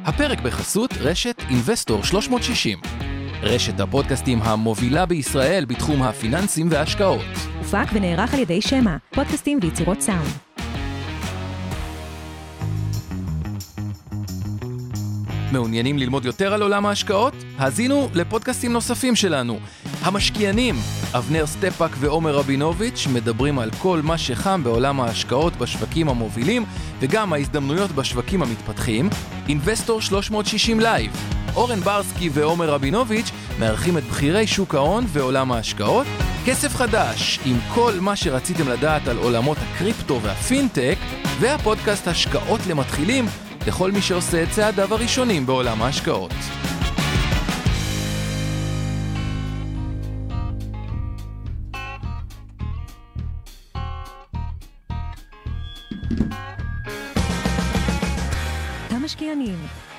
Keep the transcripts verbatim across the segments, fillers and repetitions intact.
הפרק בחסות רשת אינבסטור שלוש מאות שישים. רשת הפודקאסטים המובילה בישראל בתחום הפיננסים וההשקעות. הופק ונערך על ידי שמה, פודקאסטים ויצירות סאונד. מעוניינים ללמוד יותר על עולם ההשקעות? האזינו לפודקאסטים נוספים שלנו. המשקיענים, אבנר סטפאק ועומר רבינוביץ' מדברים על כל מה שחם בעולם ההשקעות בשווקים המובילים וגם ההזדמנויות בשווקים המתפתחים. אינבסטור שלוש מאות שישים לייב. אורן ברסקי ועומר רבינוביץ' מארחים את בחירי שוק ההון ועולם ההשקעות. כסף חדש עם כל מה שרציתם לדעת על עולמות הקריפטו והפינטק, והפודקאסט השקעות למתחילים לכל מי שעושה את צעדיו הראשונים בעולם ההשקעות. המשקיענים,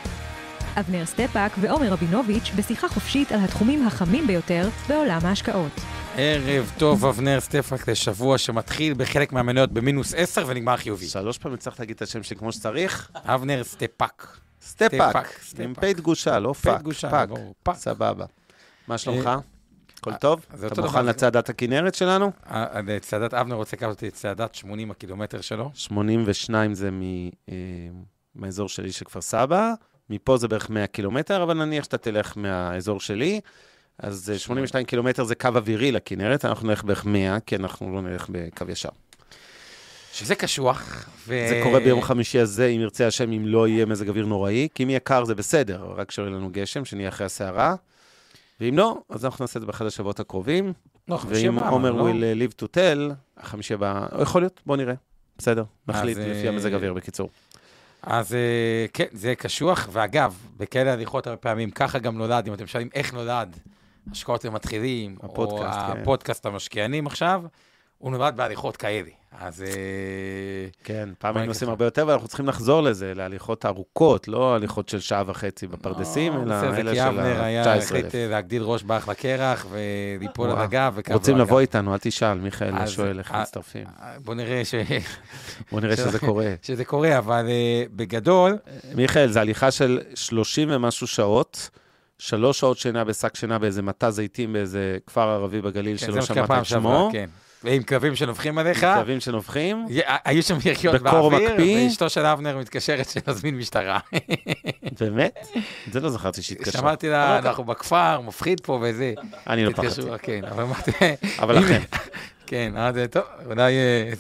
אבנר סטפאק ועומר רבינוביץ' בשיחה חופשית על התחומים החמים ביותר בעולם ההשקעות. ערב טוב, אבנר סטפאק, לשבוע שמתחיל בחלק מהמניות במינוס עשר ונגמר חיובי. שלוש פעמים צריך להגיד את השם שלי כמו שצריך. אבנר סטפאק. סטפאק, עם פי דגושה, לא פאק. פאק, פאק. סבבה. מה שלומך? הכל טוב? אתה מוכן לצעדת הכנרת שלנו? צעדת, אבנר רוצה לקחת אותי צעדת שמונים הקילומטר שלו. שמונים ושתיים זה מהאזור שלי של כפר סבא, מפה זה בערך מאה קילומטר, אבל נניח שאתה תלך מהאזור שלי, אז שמונים ושתיים קילומטר זה קו אווירי לכנרת, אנחנו נלך בערך מאה, כי אנחנו לא נלך בקו ישר. שזה קשוח. זה קורה ביום חמישי הזה, אם ירצה השם, אם לא יהיה מזג אוויר נוראי, כי אם יהיה קר זה בסדר, רק שורי לנו גשם, שנהיה אחרי הסערה, ואם לא, אז אנחנו נעשה את זה באחד השבועות הקרובים, ואם עומר will live to tell, החמישי הבא, יכול להיות, בוא נראה, בסדר, נחליט לפי המזג אוויר בקיצור. אז כן, זה קשוח, ואגב, בכאלה הליכות הרבה פעמים, ככה גם נולד, אם אתם שואלים איך נולד, השקעות למתחילים, או הפודקאסט המשקיענים עכשיו, הוא נולד בהליכות כאלה. אז כן, פעם היינו עושים הרבה יותר, ואנחנו צריכים לחזור לזה, להליכות ארוכות, לא הליכות של שעה וחצי בפרדסים, אלא אלה של ה-תשע עשרה אלף. היה להגדיל ראש באח לקרח, וליפול על הגב. רוצים לבוא איתנו, אל תשאל, מיכאל שואל איך מצטרפים. בוא נראה ש... בוא נראה שזה קורה. שזה קורה, אבל בגדול... מיכאל, זה הליכה של שלושים ומשהו שעות, שלוש שעות שינה בשק שינה באיזה מטע זיתים, באיזה כפר ערבי בגליל שלא שמעת את שמו. ועם כלבים שנובחים עליך. עם כלבים שנובחים. היו שם יריות באוויר, ואשתו של אבנר מתקשרת שנזמין משטרה. באמת? זה לא זכרתי שהתקשר. שמעתי לה, אנחנו בכפר, מפחיד פה וזה. אני לא פחדתי. כן, אבל מה... אבל לכם. כן, אז טוב, אולי...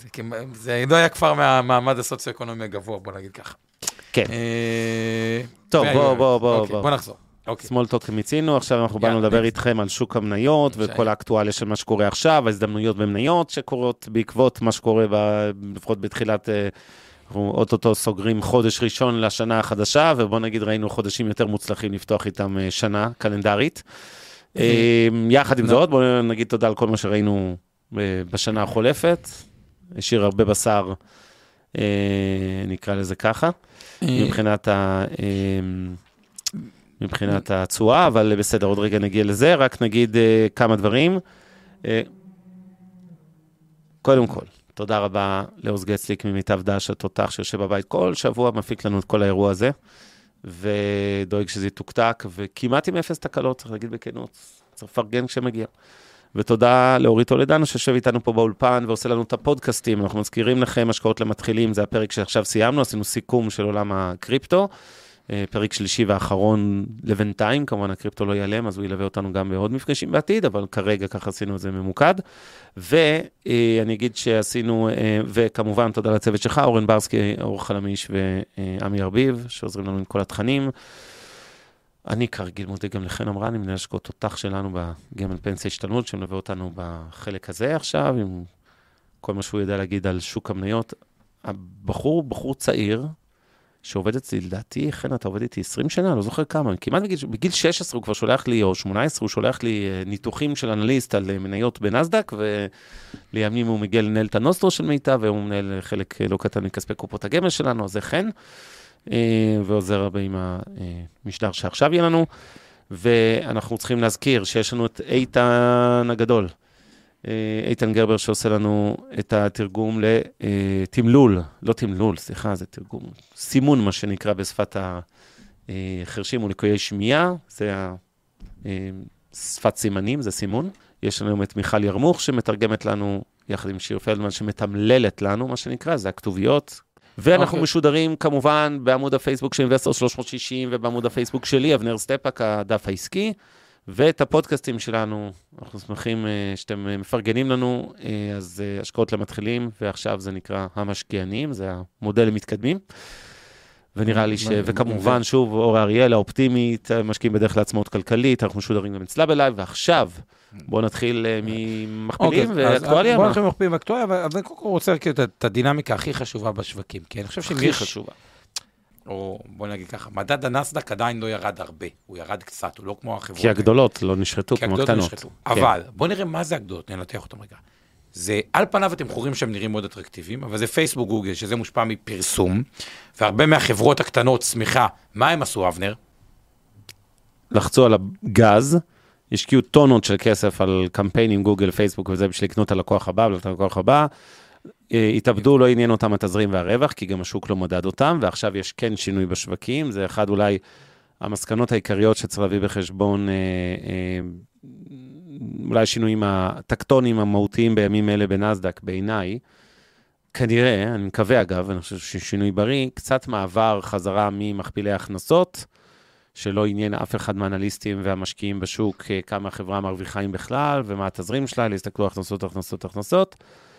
זה לא היה כפר מהמעמד הסוציו-אקונומי הגבוה, בוא נגיד ככה. כן. טוב, בוא, בוא, בוא. בוא נחזור. סמולטוק מיצינו, עכשיו אנחנו באנו לדבר איתכם על שוק המניות וכל האקטואליה של מה שקורה עכשיו, ההזדמנויות במניות שקורות בעקבות מה שקורה לפחות בתחילת, אנחנו אוטוטו סוגרים חודש ראשון לשנה החדשה, ובוא נגיד ראינו חודשים יותר מוצלחים לפתוח איתם שנה קלנדרית. יחד עם זאת, בואו נגיד תודה על כל מה שראינו בשנה החולפת, השאיר הרבה בשר, נקרא לזה ככה, מבחינת ה... מבחינת הצועה, אבל בסדר, עוד רגע נגיע לזה, רק נגיד uh, כמה דברים. Uh, קודם כל, תודה רבה לאוז גצליק ממיטב דש, התותח שיושב בבית כל שבוע, מפיק לנו את כל האירוע הזה, ודואג שזה יתוקתק, וכמעט עם אפס תקלות, צריך להגיד בכנות, צריך לפרגן כשמגיע. ותודה לאורית טולדנו שיושב איתנו פה באולפן, ועושה לנו את הפודקאסטים, אנחנו מזכירים לכם, השקעות למתחילים, זה הפרק שעכשיו סיימנו, עשינו סיכום של עולם הקריפטו, פרק שלישי ואחרון לבינתיים, כמובן הקריפטו לא ייעלם, אז הוא ילווה אותנו גם בעוד מפגשים בעתיד, אבל כרגע ככה עשינו את זה ממוקד. ואני אגיד שעשינו, וכמובן תודה לצוות שלך, אורן ברסקי, אור חלמיש ועמי ארביב, שעוזרים לנו עם כל התכנים. אני כרגיל מודה גם לכן אמרה, אני מנהל השקעות תותח שלנו בגמל פנסיה השתלמות, שמלווה אותנו בחלק הזה עכשיו, עם כל מה שהוא יודע להגיד על שוק המניות. הבחור, בחור צעיר, שעובד אצלי, לדעתי, כן, אתה עובד איתי עשרים שנה, לא זוכר כמה, כמעט בגיל, בגיל שש עשרה הוא כבר שולח לי, או שמונה עשרה הוא שולח לי ניתוחים של אנליסט על מניות בנסדק, ולימים הוא מגיע לנהל את הנוסטרו של מיטה, והוא מנהל חלק לא קטן מכספי קופות הגמל שלנו, אז זה כן, ועוזר הרבה עם המשדר שעכשיו יהיה לנו, ואנחנו צריכים להזכיר שיש לנו את איתן הגדול, איתן גרבר שעושה לנו את התרגום לתמלול, לא תמלול, סליחה, זה תרגום, סימון מה שנקרא בשפת חרשים ולקויי שמיעה, זה שפת סימנים, זה סימון. יש לנו את מיכל ירמוך שמתרגמת לנו, יחד עם שיר פלדמן שמתמללת לנו, מה שנקרא, זה הכתוביות. ואנחנו okay. משודרים כמובן בעמוד הפייסבוק של אינבסטור שלוש מאות שישים, ובעמוד הפייסבוק שלי, אבנר סטפאק, הדף העסקי, ואת הפודקאסטים שלנו, אנחנו שמחים שאתם מפרגנים לנו, אז השקעות למתחילים, ועכשיו זה נקרא המשקיענים, זה המודל למתקדמים. ונראה לי ש... וכמובן, שוב, אור אריאל, האופטימית, משקיעים בדרך לעצמאות כלכלית, אנחנו משודרים גם אצלה בלייב, ועכשיו, בואו נתחיל ממכפילים ואקטואליה. בואו נתחיל ממכפילים ואקטואליה, אבל אני קודם כל רוצה את הדינמיקה הכי חשובה בשווקים, כי אני חושב שאם יש... הכי חשובה. או בוא נגיד ככה, מדד הנסדק עדיין לא ירד הרבה, הוא ירד קצת, הוא לא כמו החברות. כי הגדולות לא נשחטו כמו הקטנות. אבל בואו נראה מה זה הגדולות, ננתח אותם רגע. זה, על פניו אתם חורים שהם נראים מאוד אטרקטיביים, אבל זה פייסבוק, גוגל, שזה מושפע מפרסום, והרבה מהחברות הקטנות, סמיכה, מה הם עשו, אבנר? לחצו על הגז, השקיעו טונות של כסף על קמפיינים, גוגל, פייסבוק, וזה בשביל לקנות את הלקוח הבא, ולקנות את הלקוח הבא, התאבדו, לא עניין אותם התזרים והרווח, כי גם השוק לא מדד אותם, ועכשיו יש כן שינוי בשווקים, זה אחד אולי המסקנות העיקריות שצריך להביא בחשבון, אולי שינויים הטקטונים המהותיים בימים אלה בנסדק, בעיניי, כנראה, אני מקווה אגב, אני חושב ששינוי בריא, קצת מעבר חזרה ממכפילי הכנסות, שלא עניין אף אחד מהאנליסטים והמשקיעים בשוק, כמה החברה מרוויחה עם בכלל, ומה התזרים שלה, להסתכלו הכנסות, הכנסות, הכנסות,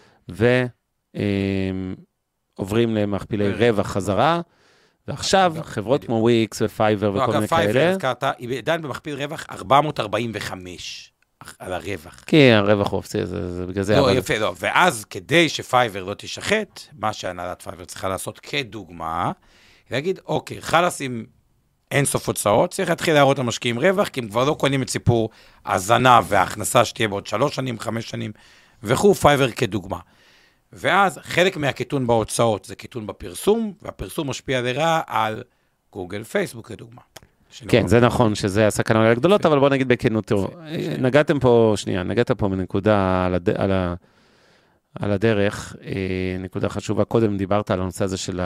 ועוברים למכפילי רווח חזרה, ועכשיו חברות כמו וויקס ופייבר וכל מיני כאלה. אגב, פייבר, הזכרת, היא עדיין במכפיל רווח ארבע מאות ארבעים וחמש על הרווח. כי הרווח אופצי, זה בגלל זה. לא, יפה, לא. ואז כדי שפייבר לא תשחט, מה שהנהלת פייבר צריכה לעשות כדוגמה, להגיד, אוקיי, חלס עם אין סוף הוצאות, צריך להתחיל להראות למשקיעים רווח, כי הם כבר לא קונים את סיפור הזנה וההכנסה שתהיה בעוד שלוש שנים, חמש שנים, וכו', פייבר כדוגמה. ואז חלק מהקיטון בהוצאות זה קיטון בפרסום, והפרסום משפיע לרעה על גוגל, פייסבוק כדוגמה. כן, זה נכון שזה הסכנה הגדולות, אבל בוא נגיד בכנות, תראו, נגעתם פה, שנייה, נגעת פה מנקודה על הדרך, נקודה חשובה, קודם דיברת על הנושא הזה של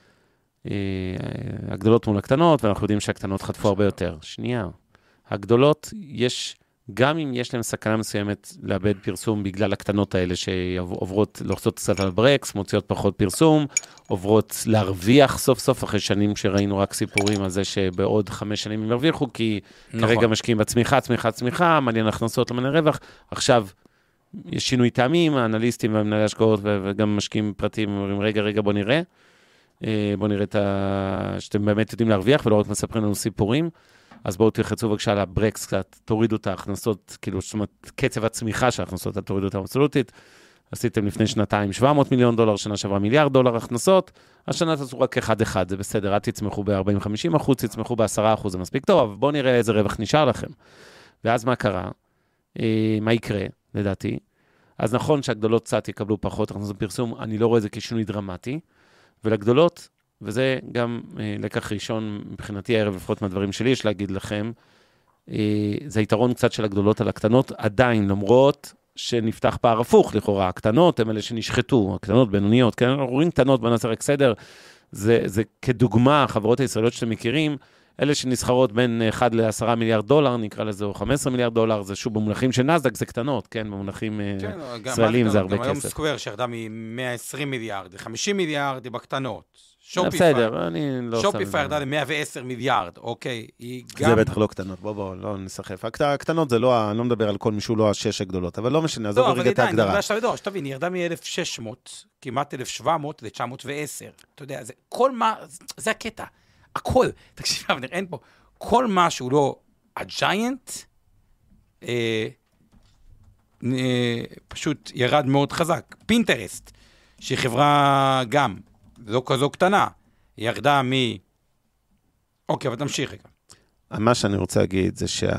הגדולות מול הקטנות, ואנחנו יודעים שהקטנות חטפו הרבה יותר. שנייה, הגדולות יש... גם אם יש להם סכנה מסוימת לאבד פרסום בגלל הקטנות האלה שעוברות לוחצות קצת על ברקס, מוציאות פחות פרסום, עוברות להרוויח סוף סוף אחרי שנים שראינו רק סיפורים על זה שבעוד חמש שנים הם ירוויחו, כי נכון. כרגע משקיעים בצמיחה, צמיחה, צמיחה, מעניין הכנסות למעניין רווח. עכשיו יש שינוי טעמים, האנליסטים והמנהלי השקעות וגם משקיעים פרטיים אומרים רגע, רגע בוא נראה, בוא נראה את ה... שאתם באמת יודעים להרוויח ולא רק מספרים לנו סיפורים. אז בואו תלחצו בבקשה על הברקס קצת, תורידו את ההכנסות, כאילו, זאת אומרת, קצב הצמיחה של ההכנסות, תורידו אותה אבסולוטית. עשיתם לפני שנתיים שבע מאות מיליון דולר, שנה שעברה מיליארד דולר הכנסות, השנה תעשו רק אחד אחד, זה בסדר, אל תצמחו ב-ארבעים חמישים אחוז, תצמחו ב-עשרה אחוז, זה מספיק טוב, אבל בואו נראה איזה רווח נשאר לכם. ואז מה קרה? אה, מה יקרה, לדעתי? אז נכון שהגדולות קצת יקבלו פחות הכנסות פרסום, אני לא רואה זה כשינוי דרמטי, ולגדולות, וזה גם אה, לקח ראשון מבחינתי הערב, לפחות מהדברים שלי, יש להגיד לכם, אה, זה היתרון קצת של הגדולות על הקטנות, עדיין, למרות שנפתח פער הפוך, לכאורה, הקטנות הם אלה שנשחטו, הקטנות בינוניות, כן, אנחנו רואים קטנות, בוא נעשה רק סדר, זה, זה כדוגמה, החברות הישראליות שאתם מכירים, אלה שנסחרות בין אחד לעשרה מיליארד דולר, נקרא לזה, או חמישה עשר מיליארד דולר, זה שוב במונחים של נסדק, זה קטנות, כן, במונחים כן, ישראלים זה הרבה כסף. גם היום סקוואר שירדה מ-מאה ועשרים מיליארד, ל-חמישים מיליארד, היא בקטנות. בסדר, אני לא שם... שופיפיי ירדה ל-מאה ועשר מיליארד, אוקיי, היא גם... זה בטח לא קטנות, בוא בוא, לא נסחף. הקטנות זה לא, אני לא מדבר על כל מישהו, לא השש הגדולות, אבל לא משנה, עזוב רגע את ההגדרה. לא, אבל עדיין, שתבין, היא ירדה מ-אלף ושש מאות, כמעט אלף ושבע מאות ל-תשע מאות ועשר. אתה יודע, זה כל מה, זה הקטע. הכל, תקשיב, אבל אין פה, כל מה שהוא לא הג'יינט, אה, אה, פשוט ירד מאוד חזק. פינטרסט, שהיא חברה גם, לא כזו קטנה, היא ירדה מ... אוקיי, אבל תמשיך רגע. מה שאני רוצה להגיד זה שה...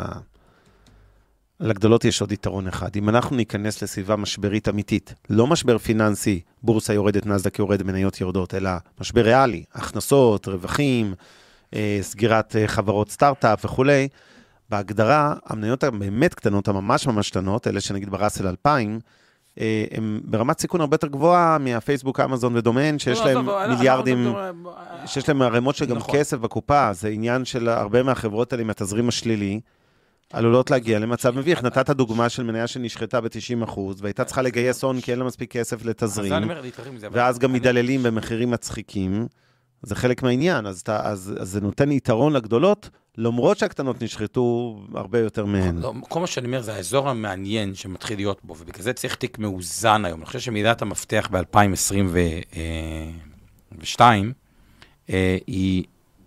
לגדולות יש עוד יתרון אחד. אם אנחנו ניכנס לסביבה משברית אמיתית, לא משבר פיננסי, בורסה יורדת, נסדק יורד, מניות יורדות, אלא משבר ריאלי, הכנסות, רווחים, אה, סגירת אה, חברות סטארט-אפ וכו'. בהגדרה, המניות הבאמת קטנות, הממש ממש קטנות, אלה שנגיד בראסל אלפיים, הם ברמת סיכון הרבה יותר גבוהה מהפייסבוק, אמזון ודומיין, שיש להם מיליארדים, שיש להם הרמות שגם כסף בקופה, זה עניין של הרבה מהחברות האלה עם התזרים השלילי, עלולות להגיע למצב מביך. נתת דוגמה של מניה שנשחטה ב-תשעים אחוז, והייתה צריכה לגייס הון כי אין לה מספיק כסף לתזרים, ואז גם מדללים במחירים מצחיקים, זה חלק מהעניין, אז, אז, אז זה נותן יתרון לגדולות, למרות שהקטנות נשחטו הרבה יותר מהן. לא, כל מה שאני אומר זה האזור המעניין שמתחיל להיות בו, ובגלל זה צריך תיק מאוזן היום. אני חושב שמידת המפתח ב-אלפיים עשרים ושתיים היא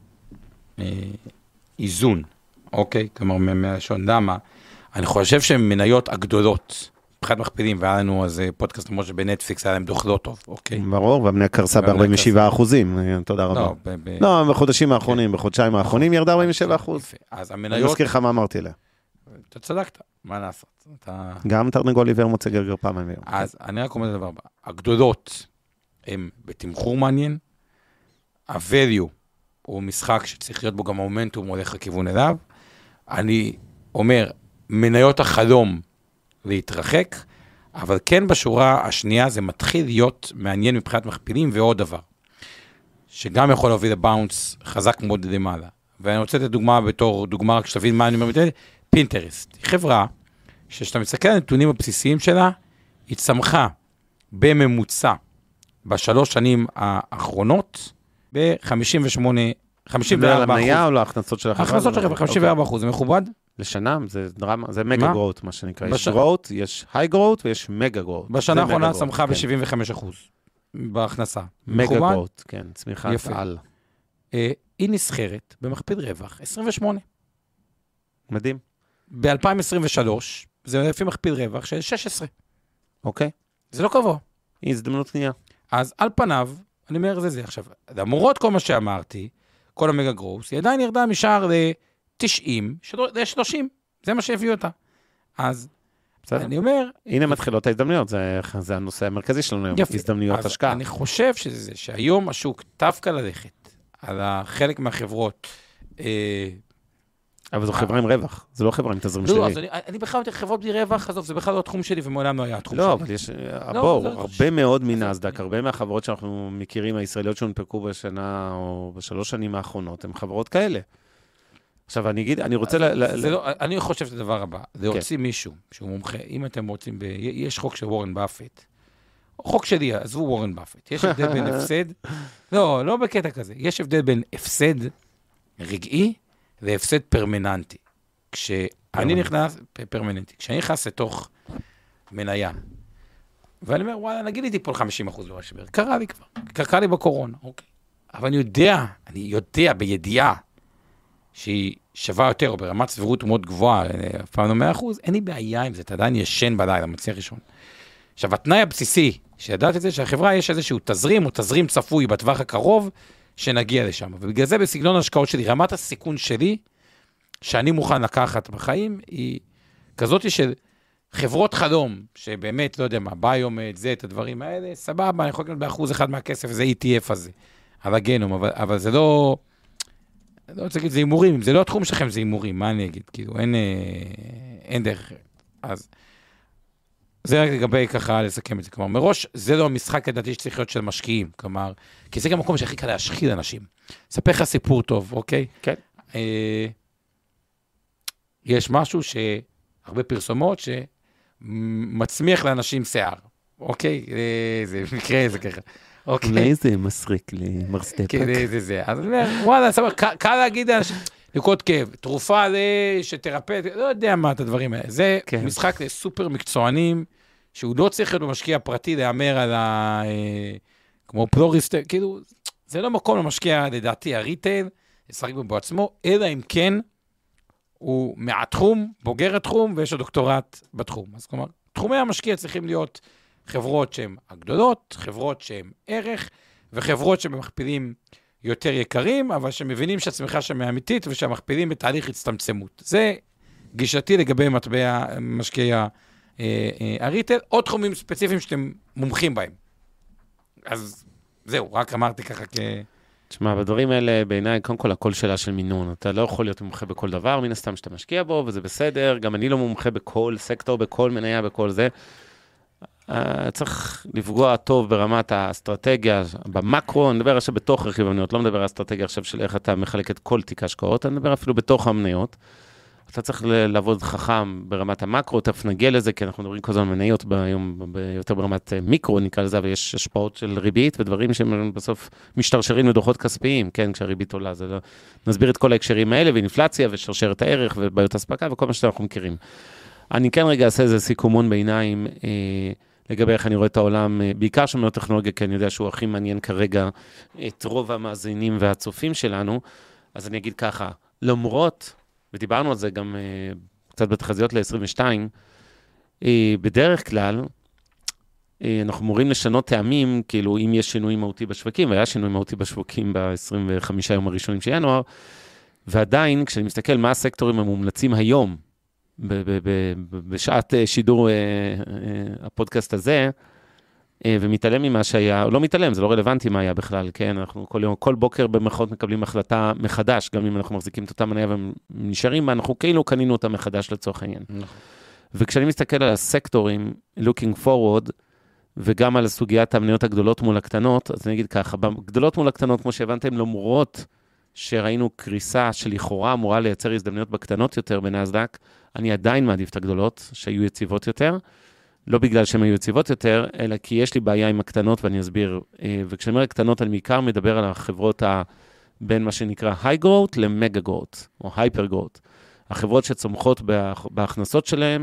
איזון, אוקיי? כלומר, מהשון דמה. אני חושב שהן מניות הגדולות, מבחינת מכפילים, והיה לנו אז פודקאסט כמו שבנטפליקס היה להם דוח לא טוב, אוקיי? ברור, והמניה קרסה ב-ארבעים ושבעה אחוזים, תודה רבה. לא, בחודשים האחרונים, בחודשיים האחרונים ירדה ארבעים ושבעה אחוז. אז אני המניות... מזכיר לך מה אמרתי לה. אתה צדקת, מה לעשות? גם תרנגול עיוור מוצא גרגר פעם היום. אז אני רק אומר את הדבר הבא, הגדולות הן בתמחור מעניין, ה-value הוא משחק שצריך להיות בו גם מומנטום הולך לכיוון אליו, אני אומר, מניות החלום להתרחק, אבל כן בשורה השנייה זה מתחיל להיות מעניין מבחינת מכפילים ועוד דבר, שגם יכול להוביל לבאונס חזק מאוד למעלה. ואני רוצה לתת דוגמה בתור דוגמה, רק שתבין מה אני אומר, פינטרסט. היא חברה שכשאתה מסתכל על הנתונים הבסיסיים שלה, היא צמחה בממוצע בשלוש שנים האחרונות ב-חמישים ושמונה, חמישים וארבע אחוז. המניה או להכנסות של החברה? הכנסות של החברה, חמישים וארבע אחוז, זה מכובד? לשנה, זה דרמה, זה מגה גרוט, מה שנקרא. יש גרוט, יש היי גרוט ויש מגה גרוט. בשנה האחרונה צמחה ב-שבעים וחמישה אחוז בהכנסה. מגה גרוט, כן, צמיחת על. היא נסחרת במכפיל רווח עשרים ושמונה. מדהים. ב-אלפיים עשרים ושלוש, זה לפי מכפיל רווח של שש עשרה. אוקיי. זה לא קבוע. הזדמנות קנייה. אז על פניו, אני אומר זה זה. עכשיו, למרות כל מה שאמרתי, כל המגה גרוס, היא עדיין ירדה משאר ל-תשעים, ל-שלושים. זה מה שהביא אותה. אז אני אומר... הנה מתחילות ההזדמנויות, זה, זה הנושא המרכזי שלנו היום, הזדמנויות השקעה. אני חושב שזה זה, שהיום השוק דווקא ללכת על החלק מהחברות... אבל זו חברה עם רווח, זה לא חברה עם תזרים שלי. לא, אז אני בכלל יותר חברות בלי רווח, עזוב, זה בכלל לא התחום שלי, ומעולם לא היה התחום שלי. לא, אבל יש, בואו, הרבה מאוד מנאסד"ק, הרבה מהחברות שאנחנו מכירים, הישראליות שהונפקו בשנה או בשלוש שנים האחרונות, הן חברות כאלה. עכשיו, אני אגיד, אני רוצה... אני חושב את הדבר הבא, להוציא מישהו שהוא מומחה, אם אתם רוצים, יש חוק של וורן באפט, חוק שלי, עזבו וורן באפט, יש הבדל בין הפסד, לא, לא בקטע כזה, יש הבדל בין הפסד רגעי והפסד פרמננטי. כשאני נכנס, פרמננטי, כשאני נכנס לתוך מניה, ואני אומר, וואלה, נגיד לי טיפול חמישים אחוז במשבר, קרה לי כבר, קרה לי בקורונה, אוקיי. אבל אני יודע, אני יודע בידיעה, שהיא שווה יותר, או ברמת סבירות מאוד גבוהה, אף פעם לא מאה אחוז, אין לי בעיה עם זה, אתה עדיין ישן בלילה, מצליח ראשון. עכשיו, התנאי הבסיסי, שידעת את זה, שהחברה יש איזשהו תזרים, או תזרים צפוי בטווח הקרוב, שנגיע לשם. ובגלל זה בסגנון ההשקעות שלי, רמת הסיכון שלי, שאני מוכן לקחת בחיים, היא כזאת של חברות חלום, שבאמת, לא יודע מה, ביומט, זה, את הדברים האלה, סבבה, אני יכול לקנות באחוז אחד מהכסף, זה אי טי אף הזה, על הגנום, אבל, אבל זה לא, לא רוצה להגיד, זה אימורים, אם זה לא התחום שלכם, זה אימורים, מה אני אגיד? כאילו, אין, אין דרך. אז, זה רק לגבי ככה לסכם את זה. כלומר, מראש, זה לא המשחק לדעתי שצריך להיות של משקיעים. כלומר, כי זה גם מקום שהכי קל להשחיל אנשים. ספר לך סיפור טוב, אוקיי? כן. אה, יש משהו שהרבה פרסומות שמצמיח לאנשים שיער. אוקיי? אה, זה מקרה, זה ככה. אוקיי. אולי זה מסריק לי, מרסטפק. כן, זה זה. אז אני אומר, וואלה, סבבה, קל להגיד לאנשים, לקרות כאב, תרופה שתרפא, לא יודע מה את הדברים האלה. זה כן. משחק לסופר מקצוענים, שהוא לא צריך להיות במשקיע פרטי, להאמר על ה... כמו פלוריסטר, כאילו, זה לא מקום למשקיע, לדעתי, הריטייל, לשחק בו בעצמו, אלא אם כן, הוא מהתחום, בוגר התחום, ויש לו דוקטורט בתחום. אז כלומר, תחומי המשקיע צריכים להיות חברות שהן הגדולות, חברות שהן ערך, וחברות שבמכפילים יותר יקרים, אבל שמבינים שהצמיחה שם היא אמיתית, ושהמכפילים בתהליך הצטמצמות. זה גישתי לגבי מטבע משקיעי הריטייל, או תחומים ספציפיים שאתם מומחים בהם. אז זהו, רק אמרתי ככה כ... תשמע, בדברים האלה, בעיניי, קודם כל, הכל שאלה של מינון. אתה לא יכול להיות מומחה בכל דבר, מן הסתם שאתה משקיע בו, וזה בסדר. גם אני לא מומחה בכל סקטור, בכל מניה, בכל זה. צריך לפגוע טוב ברמת האסטרטגיה, במקרו, אני מדבר עכשיו בתוך רכיב המניות, לא מדבר על האסטרטגיה עכשיו של איך אתה מחלק את כל תיק השקעות, אני מדבר אפילו בתוך המניות. אתה צריך לעבוד חכם ברמת המקרו, תכף נגיע לזה, כי אנחנו מדברים כל הזמן מניות ביום, יותר ברמת מיקרו, נקרא לזה, ויש השפעות של ריבית ודברים שהם בסוף משתרשרים לדוחות כספיים, כן, כשהריבית עולה, זה לא... נסביר את כל ההקשרים האלה, ואינפלציה, ושרשרת הערך, ובעיות הספקה, וכל מה שאנחנו מכירים. אני כן רגע אעשה איזה סיכומון בעיניים, אה, לגבי איך אני רואה את העולם, אה, בעיקר של מניות טכנולוגיה, כי אני יודע שהוא הכי מעניין כרגע את רוב המאזינים והצופים שלנו, אז אני אגיד ככה, למרות, ודיברנו על זה גם אה, קצת בתחזיות ל-עשרים ושתיים, אה, בדרך כלל, אה, אנחנו אמורים לשנות טעמים, כאילו אם יש שינוי מהותי בשווקים, והיה שינוי מהותי בשווקים ב-עשרים וחמישה יום הראשונים של ינואר, ועדיין, כשאני מסתכל מה הסקטורים המומלצים היום, בשעת שידור הפודקאסט הזה, ומתעלם ממה שהיה, או לא מתעלם, זה לא רלוונטי מה היה בכלל, כן? אנחנו כל יום, כל בוקר במחאות מקבלים החלטה מחדש, גם אם אנחנו מחזיקים את אותה מניה ונשארים בה, אנחנו כאילו קנינו אותה מחדש לצורך העניין. וכשאני מסתכל על הסקטורים, looking forward, וגם על סוגיית המניות הגדולות מול הקטנות, אז אני אגיד ככה, בגדולות מול הקטנות, כמו שהבנתם, למרות שראינו קריסה שלכאורה אמורה לייצר הזדמנויות בקטנות יותר בנאסד"ק, אני עדיין מעדיף את הגדולות, שהיו יציבות יותר, לא בגלל שהן היו יציבות יותר, אלא כי יש לי בעיה עם הקטנות, ואני אסביר. וכשאני אומר הקטנות, אני בעיקר מדבר על החברות בין מה שנקרא high growth למגה growth, או hyper growth. החברות שצומחות בהכנסות שלהן,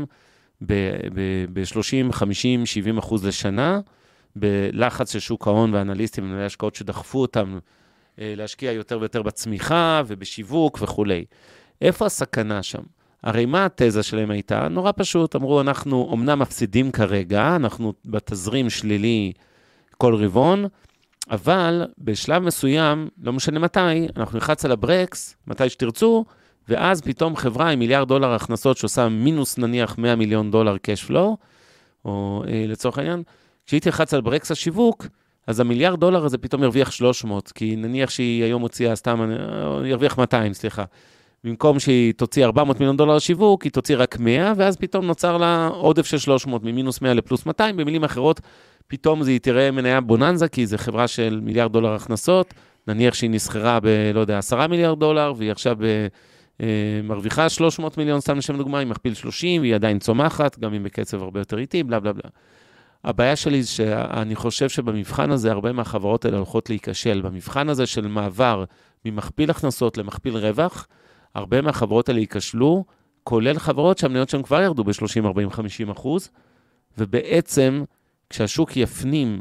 ב-שלושים, חמישים, שבעים אחוז לשנה, בלחץ של שוק ההון ואנליסטים ומנהלי השקעות שדחפו אותם להשקיע יותר ויותר בצמיחה ובשיווק וכו'. איפה הסכנה שם? הרי מה התזה שלהם הייתה? נורא פשוט, אמרו, אנחנו אומנם מפסידים כרגע, אנחנו בתזרים שלילי כל רבעון, אבל בשלב מסוים, לא משנה מתי, אנחנו נחץ על הברקס, מתי שתרצו, ואז פתאום חברה עם מיליארד דולר הכנסות שעושה מינוס נניח מאה מיליון דולר cash flow, או אה, לצורך העניין, כשהיא תלחץ על ברקס השיווק, אז המיליארד דולר הזה פתאום ירוויח שלוש מאות, כי נניח שהיא היום הוציאה סתם, ירוויח מאתיים, סליחה. במקום שהיא תוציא ארבע מאות מיליון דולר שיווק, היא תוציא רק מאה, ואז פתאום נוצר לה עודף של שלוש מאות, ממינוס מאה לפלוס מאתיים, במילים אחרות, פתאום זה תראה מניה בוננזה, כי זו חברה של מיליארד דולר הכנסות, נניח שהיא נסחרה ב, לא יודע, עשרה מיליארד דולר, והיא עכשיו ב, אה, מרוויחה שלוש מאות מיליון, סתם לשם דוגמה, היא מכפיל שלושים, והיא עדיין צומחת, גם אם בקצב הרבה יותר איטי, בלה בלה בלה. הבעיה שלי זה שאני חושב שבמבחן הזה, הרבה מהחברות האלה הולכות להיכשל. במבחן הזה של מעבר ממכפיל הכנסות למכפיל רווח, הרבה מהחברות האלה ייכשלו, כולל חברות שהמניות שם כבר ירדו ב-שלושים, ארבעים, חמישים אחוז, ובעצם כשהשוק יפנים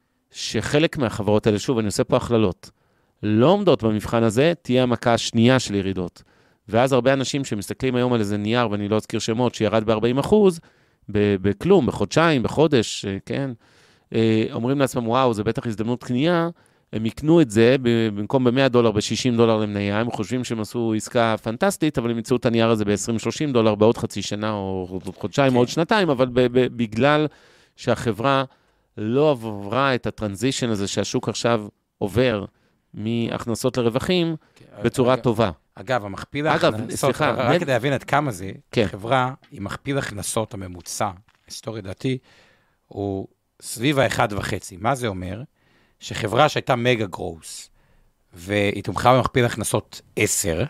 שחלק מהחברות האלה, שוב, אני עושה פה הכללות, לא עומדות במבחן הזה, תהיה המכה השנייה של ירידות. ואז הרבה אנשים שמסתכלים היום על איזה נייר, ואני לא אזכיר שמות, שירד ב-ארבעים אחוז, בכלום, בחודשיים, בחודש, כן, אומרים לעצמם, וואו, זה בטח הזדמנות קנייה, הם יקנו את זה במקום ב-מאה דולר, ב-שישים דולר למניה, הם חושבים שהם עשו עסקה פנטסטית, אבל הם ימצאו את הנייר הזה ב-עשרים שלושים דולר, בעוד חצי שנה, או חודשיים, או עוד שנתיים, אבל בגלל שהחברה לא עברה את הטרנזישן הזה, שהשוק עכשיו עובר מהכנסות לרווחים, בצורה טובה. אגב, המכפיל ההכנסות, רק כדי להבין עד כמה זה, חברה עם מכפיל הכנסות הממוצע, היסטורי דעתי, הוא סביב ה-אחד וחצי. מה זה אומר? שחברה שהייתה מגה גרוס, והיא תומכה במכפיל הכנסות עשר,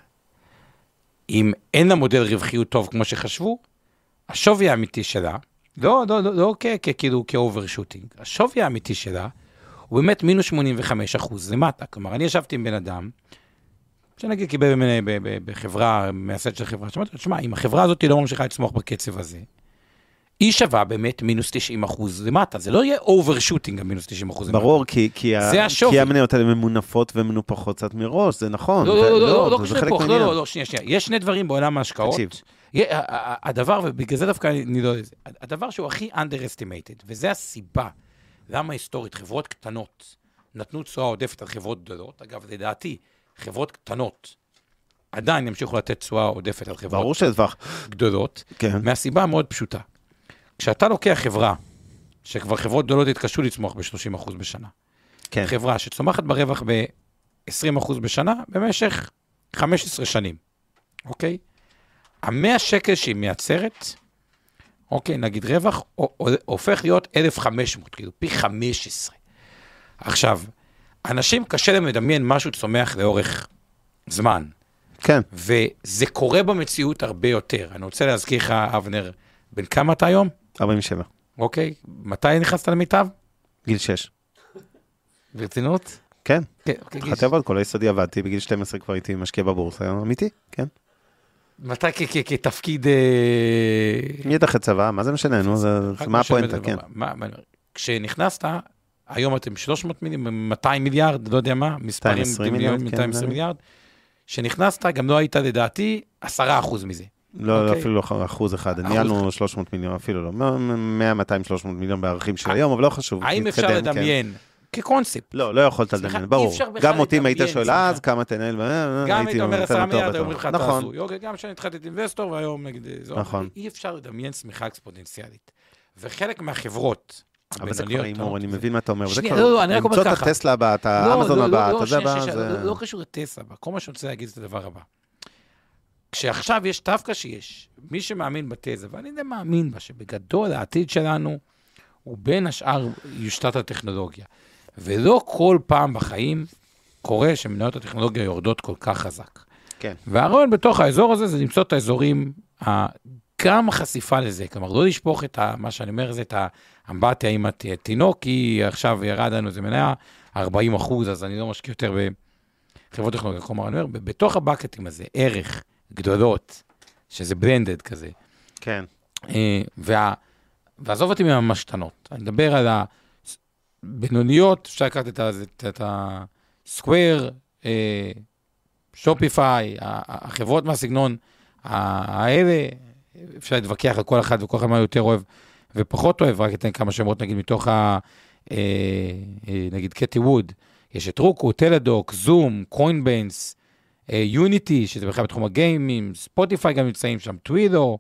אם אין לה מודל רווחיות טוב כמו שחשבו, השווי האמיתי שלה, לא, לא, לא, לא כאילו כאוברשוטינג, השווי האמיתי שלה, הוא באמת מינוס שמונים וחמישה אחוז למטה. כלומר, אני ישבתי עם בן אדם, שנגיד קיבל בחברה, מהסד של חברה, שמעת, תשמע, אם החברה הזאת לא ממשיכה לצמוח בקצב הזה, היא שווה באמת מינוס תשעים אחוז למטה, זה לא יהיה אוברשוטינג, המינוס תשעים אחוז למטה. ברור, כי, כי, כי המניות האלה ממונפות ומנופחות קצת מראש, זה נכון. לא, לא, לא, לא, לא, לא, לא, לא, שנייה, שנייה. יש שני דברים בעולם ההשקעות. הדבר, ובגלל זה דווקא אני לא... הדבר שהוא הכי underestimated, וזה הסיבה, למה היסטורית חברות קטנות נתנו תשואה עודפת על חברות גדולות, אגב, לדעתי, חברות קטנות עדיין ימשיכו לתת תשואה עודפת על חברות גדולות, מהסיבה מאוד פשוטה. כשאתה לוקח חברה, שכבר חברות גדולות התקשו לצמוח ב-שלושים אחוז בשנה, כן. חברה שצומחת ברווח ב-עשרים אחוז בשנה, במשך חמש עשרה שנים, אוקיי? המאה שקל שהיא מייצרת, אוקיי, נגיד רווח, הופך להיות אלף וחמש מאות, כאילו, פי חמש עשרה. עכשיו, אנשים קשה להם לדמיין משהו צומח לאורך זמן. כן. וזה קורה במציאות הרבה יותר. אני רוצה להזכיר לך, אבנר, בין כמה אתה היום? ארבעים ושבע. אוקיי. מתי נכנסת למיטב? גיל שש. ברצינות? כן. כן. התחלתי לעבוד, כל היסודי עבדתי, בגיל שתים עשרה כבר הייתי משקיע בבורסה, היום אמיתי, כן. מתי כתפקיד... מי ידע אחרי צבא? מה זה משנה? נו, מה הפואנטה, כן. כשנכנסת, היום אתם שלוש מאות מיליארד, מאתיים מיליארד, לא יודע מה, מספרים... מאתיים ועשרים מיליארד, מאתיים ועשרים מיליארד. שנכנסת, גם לא היית לדעתי, עשרה אחוז מזה. לא, אפילו לא אחוז אחד. ניהלנו שלוש מאות מיליון, אפילו לא. מאה, מאתיים, שלוש מאות מיליון בערכים של היום, אבל לא חשוב. האם אפשר לדמיין? כקונספט. לא, לא יכולת לדמיין, ברור. גם אותי אם היית שואל אז, כמה תנהל, גם היית אומר עשרה מיליארד, אומרים לך תעזו. גם כשאני התחלתי אינבסטור, והיום נגיד, אי אפשר לדמיין צמיחה אקספוננציאלית. וחלק מהחברות, אבל זה כבר אימור, אני מבין מה אתה אומר. שנייה, לא, אני רק אומר ככה. למצוא את הטסלה הבאה, את האמזון הבאה, אתה יודע מה זה... לא קשור לטסלה הבאה, כל מה שאני רוצה להגיד זה הדבר הבא. כשעכשיו יש דווקא שיש, מי שמאמין בתזה, ואני די מאמין בה, שבגדול העתיד שלנו הוא בין השאר יושתת הטכנולוגיה. ולא כל פעם בחיים קורה שמניות הטכנולוגיה יורדות כל כך חזק. כן. והרעיון בתוך האזור הזה זה למצוא את האזורים, גם חשיפה לזה, כלומר לא לשפוך את מה שאני אומר, זה את האמבטיה עם התינוק, כי עכשיו ירד לנו זה מניה ארבעים אחוז, אז אני לא משקיע יותר בחברות טכנולוגיה. כלומר, אני אומר, בתוך הבקטים הזה, ערך, גדולות, שזה ברנדד כזה. כן. וה, ועזוב אותי מהמשתנות. אני מדבר על הבינוניות, אפשר לקחת את, את, את הסקוויר, שופיפיי, החברות מהסגנון האלה, אפשר להתווכח על כל אחד וכל אחד מה יותר אוהב ופחות אוהב, רק אתן כמה שמות נגיד מתוך ה... נגיד קטי ווד, יש את רוקו, טלדוק, זום, קוינביינס, יוניטי, שזה בכלל בתחום הגיימים, ספוטיפיי גם נמצאים שם, טווידו,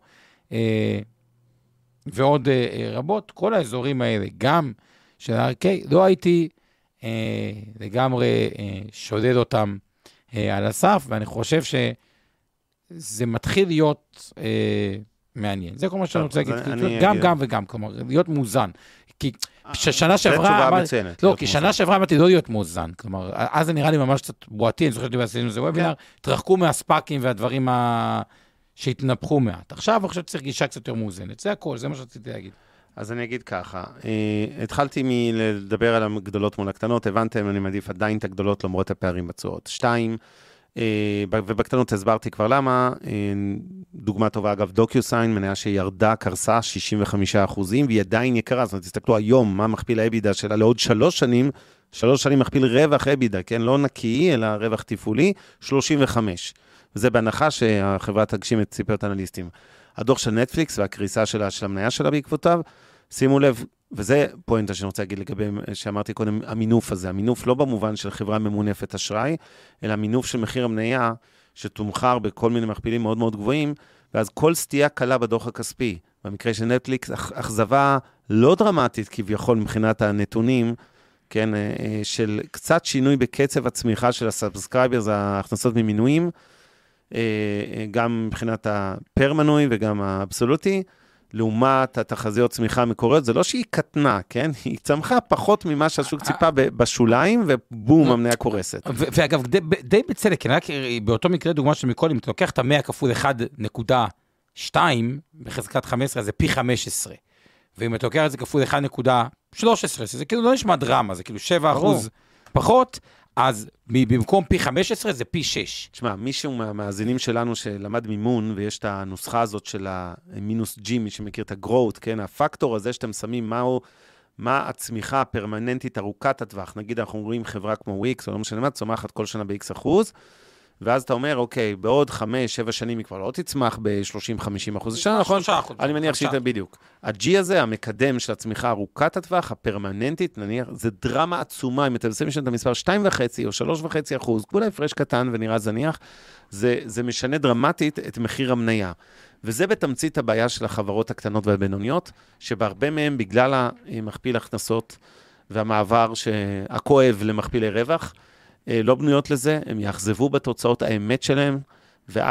ועוד רבות, כל האזורים האלה, גם של הארקי, לא הייתי לגמרי שודד אותם על הסף, ואני חושב שזה מתחיל להיות מעניין. זה כל מה שאני רוצה להגיד, גם, גם וגם, כלומר, להיות מאוזן. כי שנה שעברה, לא, כי שנה שעברה אמרתי לא להיות מאוזן, כלומר, אז זה נראה לי ממש קצת בועתי, אני זוכר שאתם עשינו איזה וובינר, תרחקו מהספאקים והדברים שהתנפחו מעט. עכשיו, עכשיו צריך גישה קצת יותר מאוזנת, זה הכל, זה מה שרציתי להגיד. אז אני אגיד ככה, התחלתי מלדבר על הגדולות מול הקטנות, הבנתם, אני מעדיף עדיין את הגדולות למרות הפערים בצורות. שתיים, ובקטנות הסברתי כבר למה, דוגמה טובה אגב, דוקיוסיין, מניה שירדה, קרסה שישים וחמישה אחוזים, והיא עדיין יקרה, זאת אומרת, תסתכלו היום, מה מכפיל האבידה שלה לעוד שלוש שנים, שלוש שנים מכפיל רווח אבידה, כן, לא נקי, אלא רווח טיפולי, שלושים וחמש. וזה בהנחה שהחברה תגשים את ציפיות אנליסטים. הדוח של נטפליקס והקריסה שלה, של המניה שלה בעקבותיו, שימו לב, וזה פואנטה שאני רוצה להגיד לגבי, שאמרתי קודם, המינוף הזה, המינוף לא במובן של חברה ממונפת אשראי, אלא המינוף של מחיר המניה, שתומחר בכל מיני מכפילים מאוד מאוד גבוהים, ואז כל סטייה קלה בדוח הכספי, במקרה של נטפליקס, אכזבה לא דרמטית כביכול מבחינת הנתונים, כן, של קצת שינוי בקצב הצמיחה של הסאבסקרייברס, ההכנסות ממינויים, גם מבחינת הפרמנוי וגם האבסולוטי, לעומת התחזיות צמיחה המקוריות, זה לא שהיא קטנה, כן? היא צמחה פחות ממה שהשוק ציפה בשוליים, ובום, המניה קורסת. ואגב, די בצדק, באותו מקרה דוגמה שמקודם, אתה לוקח את המאה כפול אחת נקודה שתיים, בחזקת חמש עשרה, זה פי חמש עשרה. ואם אתה לוקח את זה כפול אחת נקודה שלוש עשרה, שזה כאילו לא נשמע דרמה, זה כאילו שבע אחוז פחות, אז במקום פי חמש עשרה זה פי שש. תשמע, מישהו מהמאזינים שלנו שלמד מימון, ויש את הנוסחה הזאת של המינוס G, מי שמכיר את הגרואות, כן? הפקטור הזה שאתם שמים, מהו, מה הצמיחה הפרמננטית ארוכת הטווח. נגיד, אנחנו רואים חברה כמו וויקס, או לא משנה מה, צומחת כל שנה ב-X אחוז, ואז אתה אומר, אוקיי, בעוד חמש, שבע שנים היא כבר לא תצמח ב-שלושים חמישים אחוז. זה שנה, נכון? אני מניח שהיא בדיוק. ה-G הזה, המקדם של הצמיחה ארוכת הטווח, הפרמננטית, נניח, זה דרמה עצומה, אם אתם עושים משנה את המספר שתיים וחצי או שלוש וחצי אחוז, כולה הפרש קטן ונראה זניח, זה, זה משנה דרמטית את מחיר המניה. וזה בתמצית הבעיה של החברות הקטנות והבינוניות, שבהרבה מהם, בגלל המכפיל הכנסות והמעבר הכואב למכפילי רווח, לא בנויות לזה, הם יאכזבו בתוצאות האמת שלהם, ואז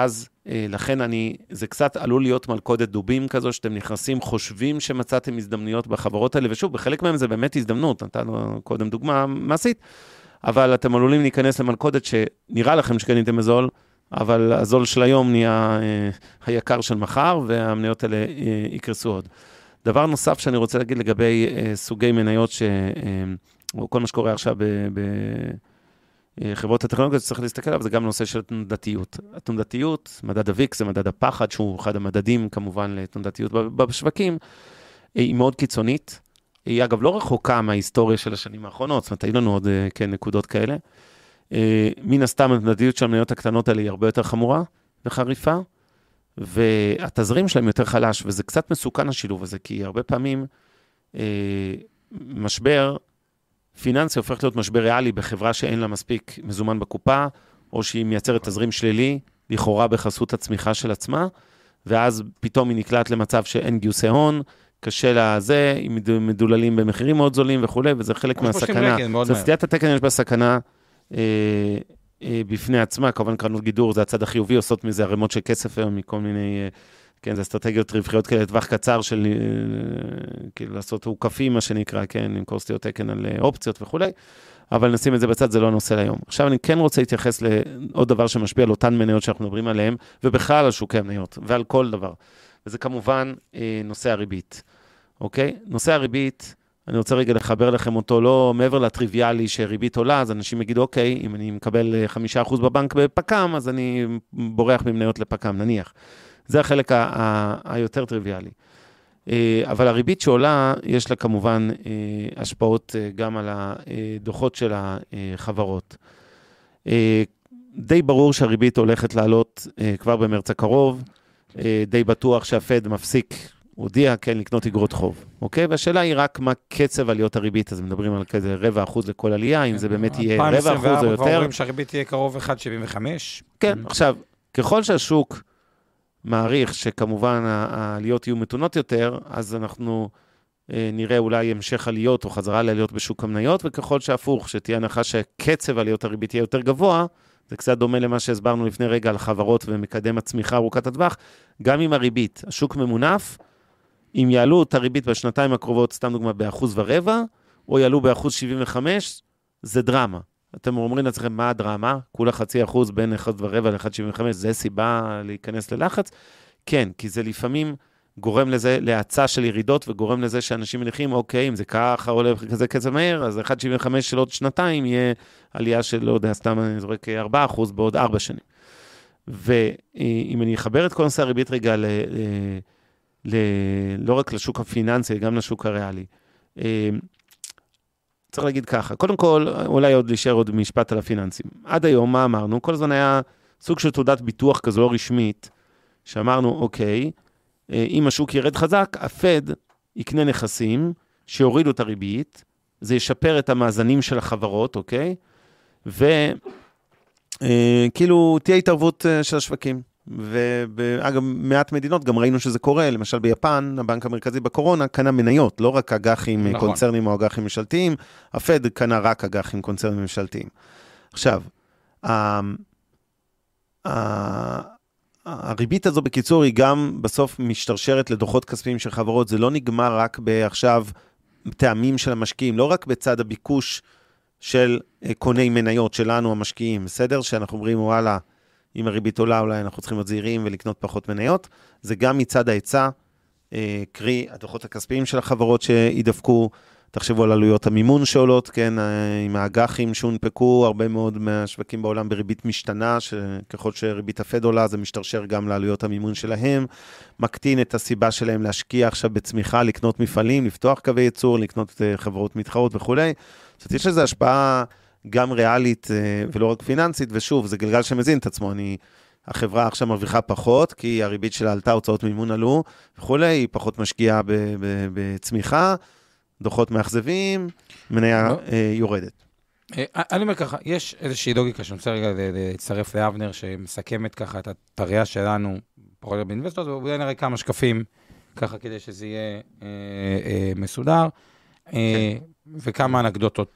לכן אני, זה קצת עלול להיות מלכודת דובים כזו, שאתם נכנסים, חושבים שמצאתם הזדמנויות בחברות האלה, ושוב, בחלק מהם זה באמת הזדמנות, נתנו קודם דוגמה מעשית, אבל אתם עלולים להיכנס למלכודת שנראה לכם שקניתם בזול, אבל הזול של היום נהיה אה, היקר של מחר, והמניות האלה אה, יקרסו עוד. דבר נוסף שאני רוצה להגיד לגבי אה, סוגי מניות, ש, אה, או כל מה שקורה עכשיו ב... ב חברות הטכנולוגיות שצריך להסתכל עליו, זה גם נושא של תנודתיות. התנודתיות, מדד הוויקס, זה מדד הפחד, שהוא אחד המדדים כמובן לתנודתיות בשווקים, היא מאוד קיצונית. היא אגב לא רחוקה מההיסטוריה של השנים האחרונות, זאת אומרת, היו לנו עוד כן, נקודות כאלה. מן הסתם, התנודתיות של המניות הקטנות האלה היא הרבה יותר חמורה וחריפה, והתזרים שלהם יותר חלש, וזה קצת מסוכן השילוב הזה, כי הרבה פעמים משבר פיננסי הופך להיות משבר ריאלי בחברה שאין לה מספיק מזומן בקופה, או שהיא מייצרת תזרים שלילי, לכאורה בחסות הצמיחה של עצמה, ואז פתאום היא נקלט למצב שאין גיוסי הון, קשה לה זה, היא מדוללים במחירים מאוד זולים וכו', וזה חלק מהסכנה. סטיית התקן יש בה סכנה אה, אה, בפני עצמה, כמובן קרנות גידור, זה הצד החיובי, עושות מזה הרמות של כסף היום, מכל מיני... אה, כן, זה אסטרטגיות רווחיות כאלה, טווח קצר של, כאילו, לעשות עוקפים, מה שנקרא, כן, למכור סטיות תקן על אופציות וכו', אבל נשים את זה בצד, זה לא הנושא להיום. עכשיו אני כן רוצה להתייחס לעוד דבר שמשפיע על אותן מניות שאנחנו מדברים עליהן, ובכלל על שוקי המניות, ועל כל דבר. וזה כמובן נושא הריבית, אוקיי? נושא הריבית, אני רוצה רגע לחבר לכם אותו, לא מעבר לטריוויאלי שריבית עולה, אז אנשים יגידו, אוקיי, אם אני מקבל חמישה אחוז בבנק בפקם, אז אני בורח ממניות לפקם, נניח. זה החלק ה- ה- היותר טריוויאלי. אבל הריבית שעולה, יש לה כמובן השפעות גם על הדוחות של החברות. די ברור שהריבית הולכת לעלות כבר במרץ הקרוב, די בטוח שהפד מפסיק, הודיע, כן, לקנות אגרות חוב. אוקיי? והשאלה היא רק מה קצב עליות הריבית, אז מדברים על כזה רבע אחוז לכל עלייה, אם זה באמת יהיה רבע אחוז או יותר. כבר אומרים שהריבית תהיה קרוב אחד נקודה שבעים וחמש. כן, עכשיו, ככל שהשוק מעריך שכמובן העליות יהיו מתונות יותר, אז אנחנו אה, נראה אולי המשך עליות או חזרה לעליות בשוק המניות, וככל שהפוך, שתהיה הנחה שקצב עליות הריבית יהיה יותר גבוה, זה קצת דומה למה שהסברנו לפני רגע על חברות ומקדם הצמיחה ארוכת הטווח, גם עם הריבית, השוק ממונף, אם יעלו את הריבית בשנתיים הקרובות, סתם דוגמה, באחוז ורבע, או יעלו באחוז שבעים וחמש, זה דרמה. אתם אומרים לעצמכם, מה הדרמה? כולה חצי אחוז בין אחד ורבע ל-אחד נקודה שבעים וחמש, זה סיבה להיכנס ללחץ? כן, כי זה לפעמים גורם לזה להצעה של ירידות, וגורם לזה שאנשים מניחים, אוקיי, אם זה ככה עולה כזה קצב מהר, אז אחד נקודה שבעים וחמש של עוד שנתיים יהיה עלייה של, לא יודע, סתם אני זורק ארבעה אחוז בעוד ארבע שנים. ואם אני אחבר את כל נושא הריבית רגע, ל, ל, לא רק לשוק הפיננסי, גם לשוק הריאלי, צריך להגיד ככה, קודם כל, אולי עוד להישאר עוד משפט על הפיננסים. עד היום, מה אמרנו? כל הזמן היה סוג של תעודת ביטוח כזו לא רשמית, שאמרנו, אוקיי, אם השוק ירד חזק, הפד יקנה נכסים שיורידו את הריבית, זה ישפר את המאזנים של החברות, אוקיי? וכאילו תהיה התערבות של השווקים. ואגב, מעט מדינות גם ראינו שזה קורה, למשל ביפן, הבנק המרכזי בקורונה קנה מניות, לא רק אג"חים נכון. קונצרנים או אג"חים ממשלתיים, הפד קנה רק אג"חים קונצרנים ממשלתיים. עכשיו, הריבית הזו בקיצור היא גם בסוף משתרשרת לדוחות כספיים של חברות, זה לא נגמר רק בעכשיו טעמים של המשקיעים, לא רק בצד הביקוש של קוני מניות שלנו המשקיעים, בסדר? שאנחנו אומרים וואלה, אם הריבית עולה, אולי אנחנו צריכים להיות זהירים ולקנות פחות מניות. זה גם מצד ההיצע, קרי, הדוחות הכספיים של החברות שידפקו, תחשבו על עלויות המימון שעולות, כן, עם האג"חים שהונפקו, הרבה מאוד מהשווקים בעולם בריבית משתנה, שככל שריבית הפד עולה, זה משתרשר גם לעלויות המימון שלהם, מקטין את הסיבה שלהם להשקיע עכשיו בצמיחה, לקנות מפעלים, לפתוח קווי ייצור, לקנות חברות מתחרות וכו'. זאת אומרת, יש לזה השפעה גם ריאלית ולא רק פיננסית, ושוב, זה גלגל שמזין את עצמו, אני, החברה עכשיו מרוויחה פחות, כי הריבית שלה עלתה, הוצאות מימון עלו, וכו', היא פחות משקיעה בצמיחה, דוחות מאכזבים, מניה יורדת. אני אומר ככה, יש איזושהי לוגיקה שאני רוצה רגע להצטרף לאבנר, שמסכמת ככה את התריה שלנו, פחות באינבסטורס, ואולי נראה כמה שקפים, ככה כדי שזה יהיה מסודר, וכמה אנקדוטות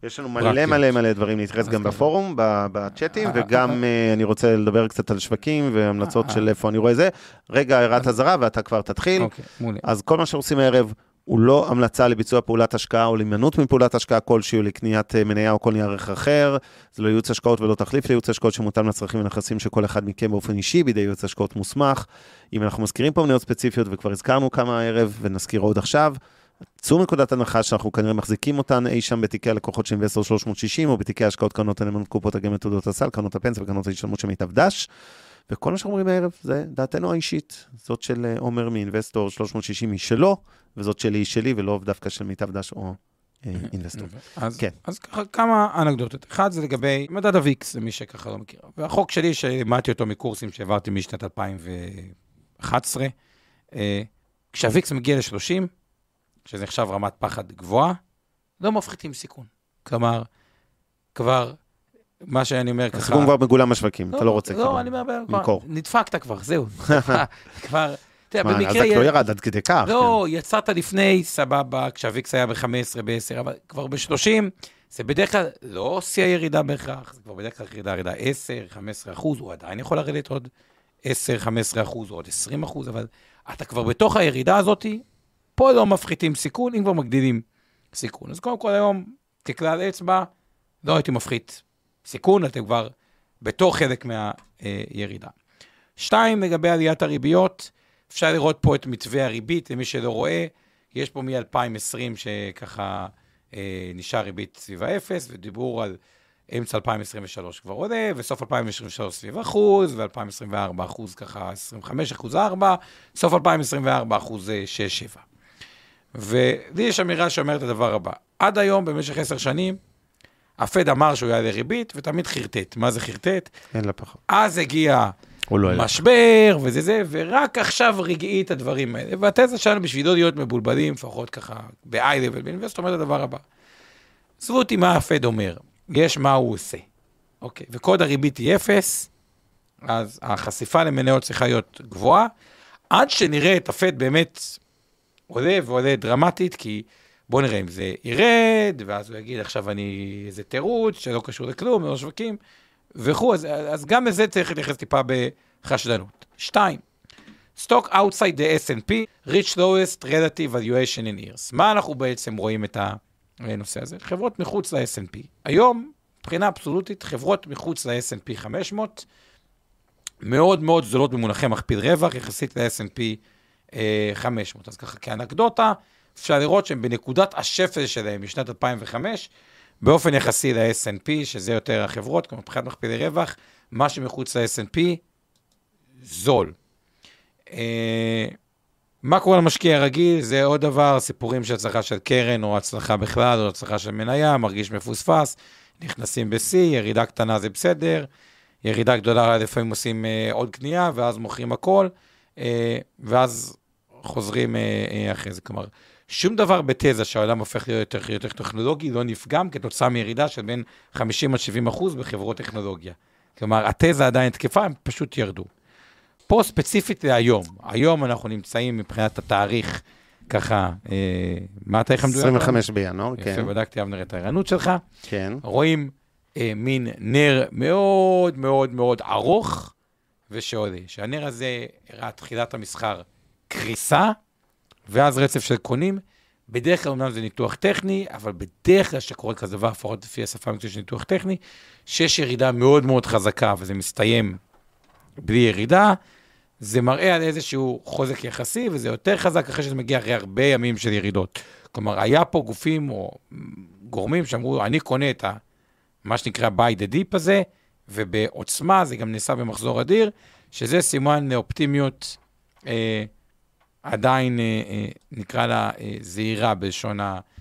יש לנו מלא מלא מלא דברים להתייחס גם בפורום, בצ'אטים, וגם אני רוצה לדבר קצת על שווקים והמלצות של איפה אני רואה זה. רגע, הערת הזרה, ואתה כבר תתחיל. אז כל מה שעושים הערב, הוא לא המלצה לביצוע פעולת השקעה או להימנעות מפעולת השקעה כלשהו לקניית מניה או כל ערך אחר. זה לא ייעוץ השקעות ולא תחליף לייעוץ השקעות שמותאם לצרכים ונכסים שכל אחד מכם באופן אישי בידי ייעוץ השקעות מוסמך. אם אנחנו מזכירים פה מניות ספציפיות וכבר הזכרנו כמה הערב ונזכיר עוד עכשיו, צאו מנקודת הנחה שאנחנו כנראה מחזיקים אותן אי שם בתיקי הלקוחות של אינבסטור שלוש מאות שישים או בתיקי השקעות קרנות הנאמנות קופות הגמל תעודות הסל, קרנות הפנסיה וקרנות ההשתלמות של מיטב דש. וכל מה שאנחנו אומרים הערב זה דעתנו האישית, זאת של עומר מאינבסטור שלוש מאות שישים היא שלו, וזאת שלי היא שלי, ולא דווקא של מיטב דש או אינבסטור. אז, כן. אז ככה כמה אנקדוטות. אחד זה לגבי מדד הוויקס, למי שככה לא מכיר. והחוק שלי, שלימדתי אותו מקורסים שהעברתי משנת אלפיים ואחת עשרה, כשהוויקס מגיע ל-שלושים, שזה נחשב רמת פחד גבוהה, לא מפחיתים סיכון. כלומר, כבר... מה שאני אומר ככה... הסיכון כבר מגולם השווקים, אתה לא רוצה כבר. לא, אני אומר, נדפקת כבר, זהו. כבר, אתה יודע, במקרה... אז לא ירד עד כדי כך. לא, יצאת לפני, סבבה, כשהוויקס היה ב-חמש עשרה, ב-עשר, אבל כבר ב-שלושים, זה בדרך כלל לא שיא הירידה בהכרח, זה כבר בדרך כלל ירידה, ירידה עשר, חמש עשרה אחוז, הוא עדיין יכול לרדת עוד עשר, חמש עשרה אחוז, או עוד עשרים אחוז, אבל אתה כבר בתוך הירידה הזאת, פה לא מפחיתים סיכון, אם כבר מגדילים סיכון. אז קודם כל היום, ככלל אצבע, לא הייתי מפחית סיכון, אתם כבר בתוך חלק מהירידה. שתיים, לגבי עליית הריביות, אפשר לראות פה את מתווה הריבית, למי שלא רואה, יש פה מ-אלפיים ועשרים שככה אה, נשאר ריבית סביב האפס, ודיבור על אמצע אלפיים עשרים ושלוש כבר עולה, וסוף אלפיים עשרים ושלוש סביב אחוז, ו-אלפיים עשרים וארבע אחוז ככה עשרים וחמישה אחוז ארבע, סוף אלפיים עשרים וארבע אחוז שש שבע. ולי יש אמירה שאומרת את הדבר הבא, עד היום במשך עשר שנים, הפד אמר שהוא יעלה ריבית, ותמיד חרטט. מה זה חרטט? אין לה פחות. אז הגיע משבר, וזה זה, ורק עכשיו רגעי את הדברים האלה. והתזה שלנו בשביל לא להיות מבולבלים, לפחות ככה, ב-איי-לבל, באינבסט, אומר את הדבר הבא. עזבו אותי מה הפד אומר, יש מה הוא עושה. אוקיי, וקוד הריבית היא אפס, אז החשיפה למניות צריכה להיות גבוהה, עד שנראה את הפד באמת עולה ועולה דרמטית, כי בואו נראה אם זה ירד, ואז הוא יגיד, עכשיו אני איזה תירוץ, שלא קשור לכלום, לא שווקים, וכו', אז, אז גם לזה צריך להתייחס טיפה בחשדנות. שתיים, stock outside the אס אנד פי, reach lowest relative valuation in years. מה אנחנו בעצם רואים את הנושא הזה? חברות מחוץ ל-אס אנד פי. היום, מבחינה אבסולוטית, חברות מחוץ ל-אס אנד פי חמש מאות, מאוד מאוד זולות במונחי מכפיל רווח, יחסית ל-אס אנד פי חמש מאות. אז ככה, כאנקדוטה, אפשר לראות שהם בנקודת השפל שלהם משנת אלפיים וחמש, באופן יחסי ל-אס אנד פי, שזה יותר החברות, כמו מבחינת מכפילי רווח, מה שמחוץ ל-אס אנד פי, זול. אה, מה קורה למשקיע הרגיל? זה עוד דבר, סיפורים של הצלחה של קרן, או הצלחה בכלל, או הצלחה של מניה, מרגיש מפוספס, נכנסים ב-C, ירידה קטנה זה בסדר, ירידה גדולה לפעמים עושים אה, עוד קנייה, ואז מוכרים הכל, אה, ואז חוזרים אה, אה, אחרי זה. כלומר, שום דבר בתזה שהעולם הופך להיות יותר, יותר טכנולוגי לא נפגם כתוצאה מירידה של בין חמישים עד שבעים אחוז בחברות טכנולוגיה. כלומר, התזה עדיין תקפה, הם פשוט ירדו. פה ספציפית להיום, היום אנחנו נמצאים מבחינת התאריך, ככה, אה, מה התאריך המדויק? עשרים וחמישה בינואר, כן. יפה, בדקתי אבנר את הערנות שלך. כן. רואים אה, מין נר מאוד מאוד מאוד ארוך ושעולה. שהנר הזה הראה תחילת המסחר קריסה, ואז רצף של קונים, בדרך כלל אומנם זה ניתוח טכני, אבל בדרך כלל שקורה כזה דבר, לפחות לפי השפה המקצועית של ניתוח טכני, שיש ירידה מאוד מאוד חזקה, וזה מסתיים בלי ירידה, זה מראה על איזשהו חוזק יחסי, וזה יותר חזק אחרי שזה מגיע אחרי הרבה ימים של ירידות. כלומר, היה פה גופים או גורמים שאמרו, אני קונה את ה, מה שנקרא buy the dip הזה, ובעוצמה זה גם נעשה במחזור אדיר, שזה סימן לאופטימיות אה, עדיין אה, אה, נקרא לה אה, זהירה בלשון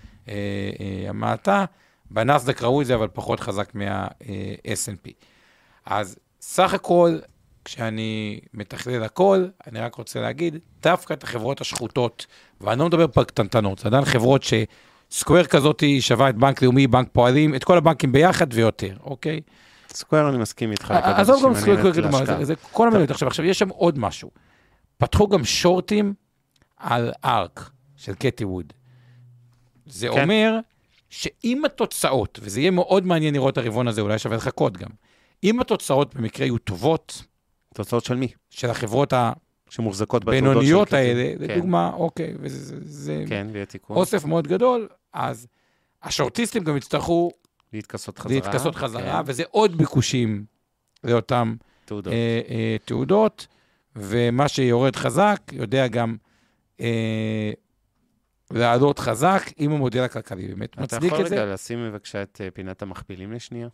המעטה. אה, בנסדק ראו את זה, אבל פחות חזק מה-אס אנד פי. אז סך הכל, כשאני מתכלל הכל, אני רק רוצה להגיד, דווקא את החברות השחוטות, ואני לא מדבר פה קטנטנות, זה עדיין חברות שסקוואר כזאת שווה את בנק לאומי, בנק פועלים, את כל הבנקים ביחד ויותר, אוקיי? סקוואר אני מסכים איתך. אז עוד גם סקוואר, זה כל המניות. עכשיו, עכשיו, יש שם עוד משהו. פתחו גם שורטים על ארק של קטי ווד. זה אומר שאם התוצאות, וזה יהיה מאוד מעניין לראות הרבעון הזה, אולי שווה לחכות גם, אם התוצאות במקרה יהיו טובות, תוצאות של מי? של החברות שמוחזקות בתעודות הבינוניות האלה, לדוגמה, אוקיי, וזה כן, ויהיה תיקון. אוסף מאוד גדול, אז השורטיסטים גם יצטרכו להתכסות חזרה. להתכסות חזרה, וזה עוד ביקושים לאותם תעודות. אה, אה, תעודות, ומה שיורד חזק, יודע גם אה, לעלות חזק, עם המודל הכלכלי, באמת מצדיק את זה. אתה יכול רגע לשים בבקשה את uh, פינת המכפילים לשנייה?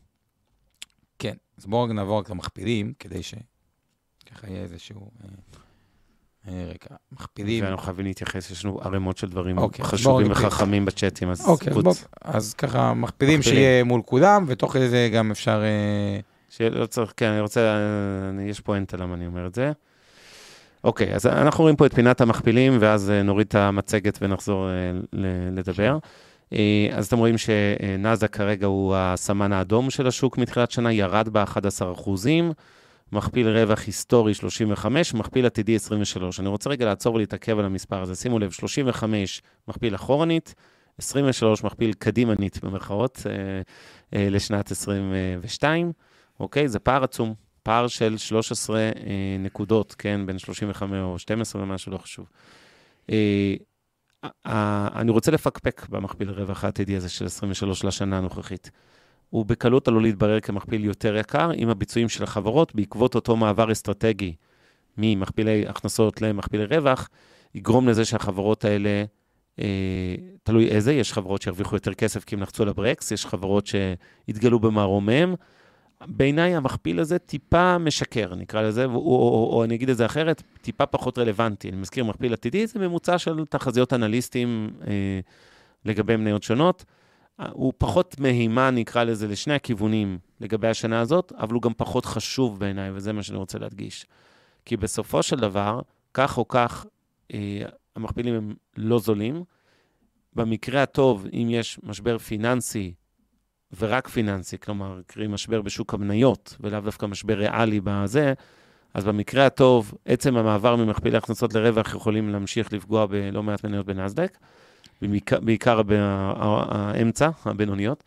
כן, אז בואו נעבור רק למכפילים, כדי שככה יהיה איזשהו... אה, אה, רגע, מכפילים. ואנחנו חייבים להתייחס, יש לנו ערימות של דברים אוקיי, חשובים וחכמים בצ'אטים, אז אוקיי, רוץ. בוא, אז ככה, מכפילים שיהיה מול כולם, ותוך זה גם אפשר... אה, שלא צריך, כן, אני רוצה, אני, יש פה אנטה למה אני אומר את זה. אוקיי, אז אנחנו רואים פה את פינת המכפילים, ואז נוריד את המצגת ונחזור לדבר. אז אתם רואים שנאסד"ק כרגע הוא הסמן האדום של השוק מתחילת שנה, ירד ב-אחד עשר אחוזים, מכפיל רווח היסטורי שלושים וחמש, מכפיל עתידי עשרים ושלוש. אני רוצה רגע לעצור ולהתעכב על המספר הזה. שימו לב, שלושים וחמש מכפיל אחורנית, עשרים ושלוש מכפיל קדימנית במרכאות לשנת עשרים ושתיים. אוקיי, זה פער עצום. פער של שלוש עשרה אה, נקודות, כן, בין שלושים וחמש או שתים עשרה ומשהו לא חשוב. אה, אה, אני רוצה לפקפק במכפיל רווח העתידי הזה של עשרים ושלוש לשנה הנוכחית. הוא בקלות עלול להתברר כמכפיל יותר יקר, עם הביצועים של החברות, בעקבות אותו מעבר אסטרטגי ממכפילי הכנסות למכפילי רווח, יגרום לזה שהחברות האלה, אה, תלוי איזה, יש חברות שירוויחו יותר כסף כי הם נחצו לברקס, יש חברות שהתגלו במערומיהם, בעיניי המכפיל הזה טיפה משקר, נקרא לזה, או, או, או, או אני אגיד את זה אחרת, טיפה פחות רלוונטי. אני מזכיר מכפיל עתידי, זה ממוצע של תחזיות אנליסטים אה, לגבי מניות שונות. הוא פחות מהימן, נקרא לזה, לשני הכיוונים לגבי השנה הזאת, אבל הוא גם פחות חשוב בעיניי, וזה מה שאני רוצה להדגיש. כי בסופו של דבר, כך או כך, אה, המכפילים הם לא זולים. במקרה הטוב, אם יש משבר פיננסי, ורק פיננסי, כלומר, קרי משבר בשוק המניות, ולאו דווקא משבר ריאלי בזה, אז במקרה הטוב, עצם המעבר ממכפילי הכנסות לרווח יכולים להמשיך לפגוע בלא מעט מניות בנאסד"ק, בעיקר באמצע, הבינוניות,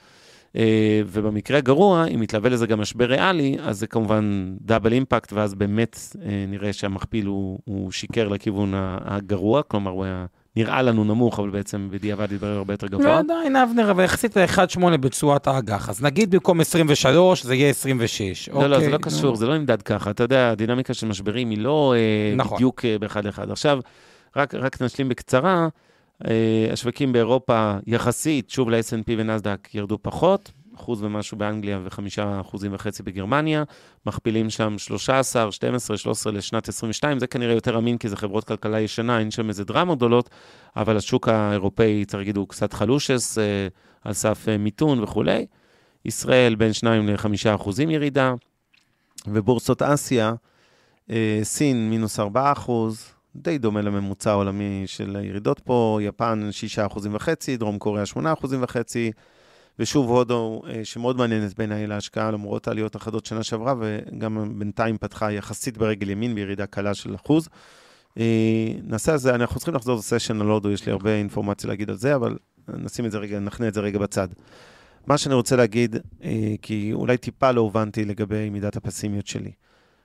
ובמקרה הגרוע, אם מתלווה לזה גם משבר ריאלי, אז זה כמובן דאבל אימפקט, ואז באמת נראה שהמכפיל הוא, הוא שיקר לכיוון הגרוע, כלומר, הוא היה... נראה לנו נמוך, אבל בעצם בדיעבד יתברר הרבה יותר גבוה. ועדיין, אבנר, אבל יחסית ל-אחד נקודה שמונה בתשואת האג"ח, אז נגיד במקום עשרים ושלוש, זה יהיה עשרים ושש. לא, לא, זה לא קשור, זה לא נמדד ככה. אתה יודע, הדינמיקה של משברים היא לא בדיוק באחד לאחד. עכשיו, רק נשלים בקצרה, השווקים באירופה יחסית, שוב ל-אס אנד פי ונאסד"ק ירדו פחות, אחוז ומשהו באנגליה וחמישה אחוזים וחצי בגרמניה, מכפילים שם שלושה עשר, שתים עשרה, שלוש עשרה לשנת עשרים ושתיים, זה כנראה יותר אמין כי זה חברות כלכלה ישנה, אין שם איזה דרמה גדולות, אבל השוק האירופאי, צריך להגיד, הוא קצת חלושס, אה, על סף אה, מיתון וכו'. ישראל בין שניים לחמישה אחוזים ירידה, ובורסות אסיה, אה, סין מינוס ארבעה אחוז, די דומה לממוצע העולמי של הירידות פה, יפן שישה אחוזים וחצי, דרום קוריאה שמונה אחוזים וחצי, ושוב הודו, שמאוד מעניינת בעיניי להשקעה, למרות העליות אחדות שנה שעברה, וגם בינתיים פתחה יחסית ברגל ימין, בירידה קלה של אחוז. נעשה על זה, אנחנו צריכים לחזור לסשן על הודו, יש לי הרבה אינפורמציה להגיד על זה, אבל נשים את זה רגע, נכנה את זה רגע בצד. מה שאני רוצה להגיד, כי אולי טיפה לא הובנתי לגבי מידת הפסימיות שלי,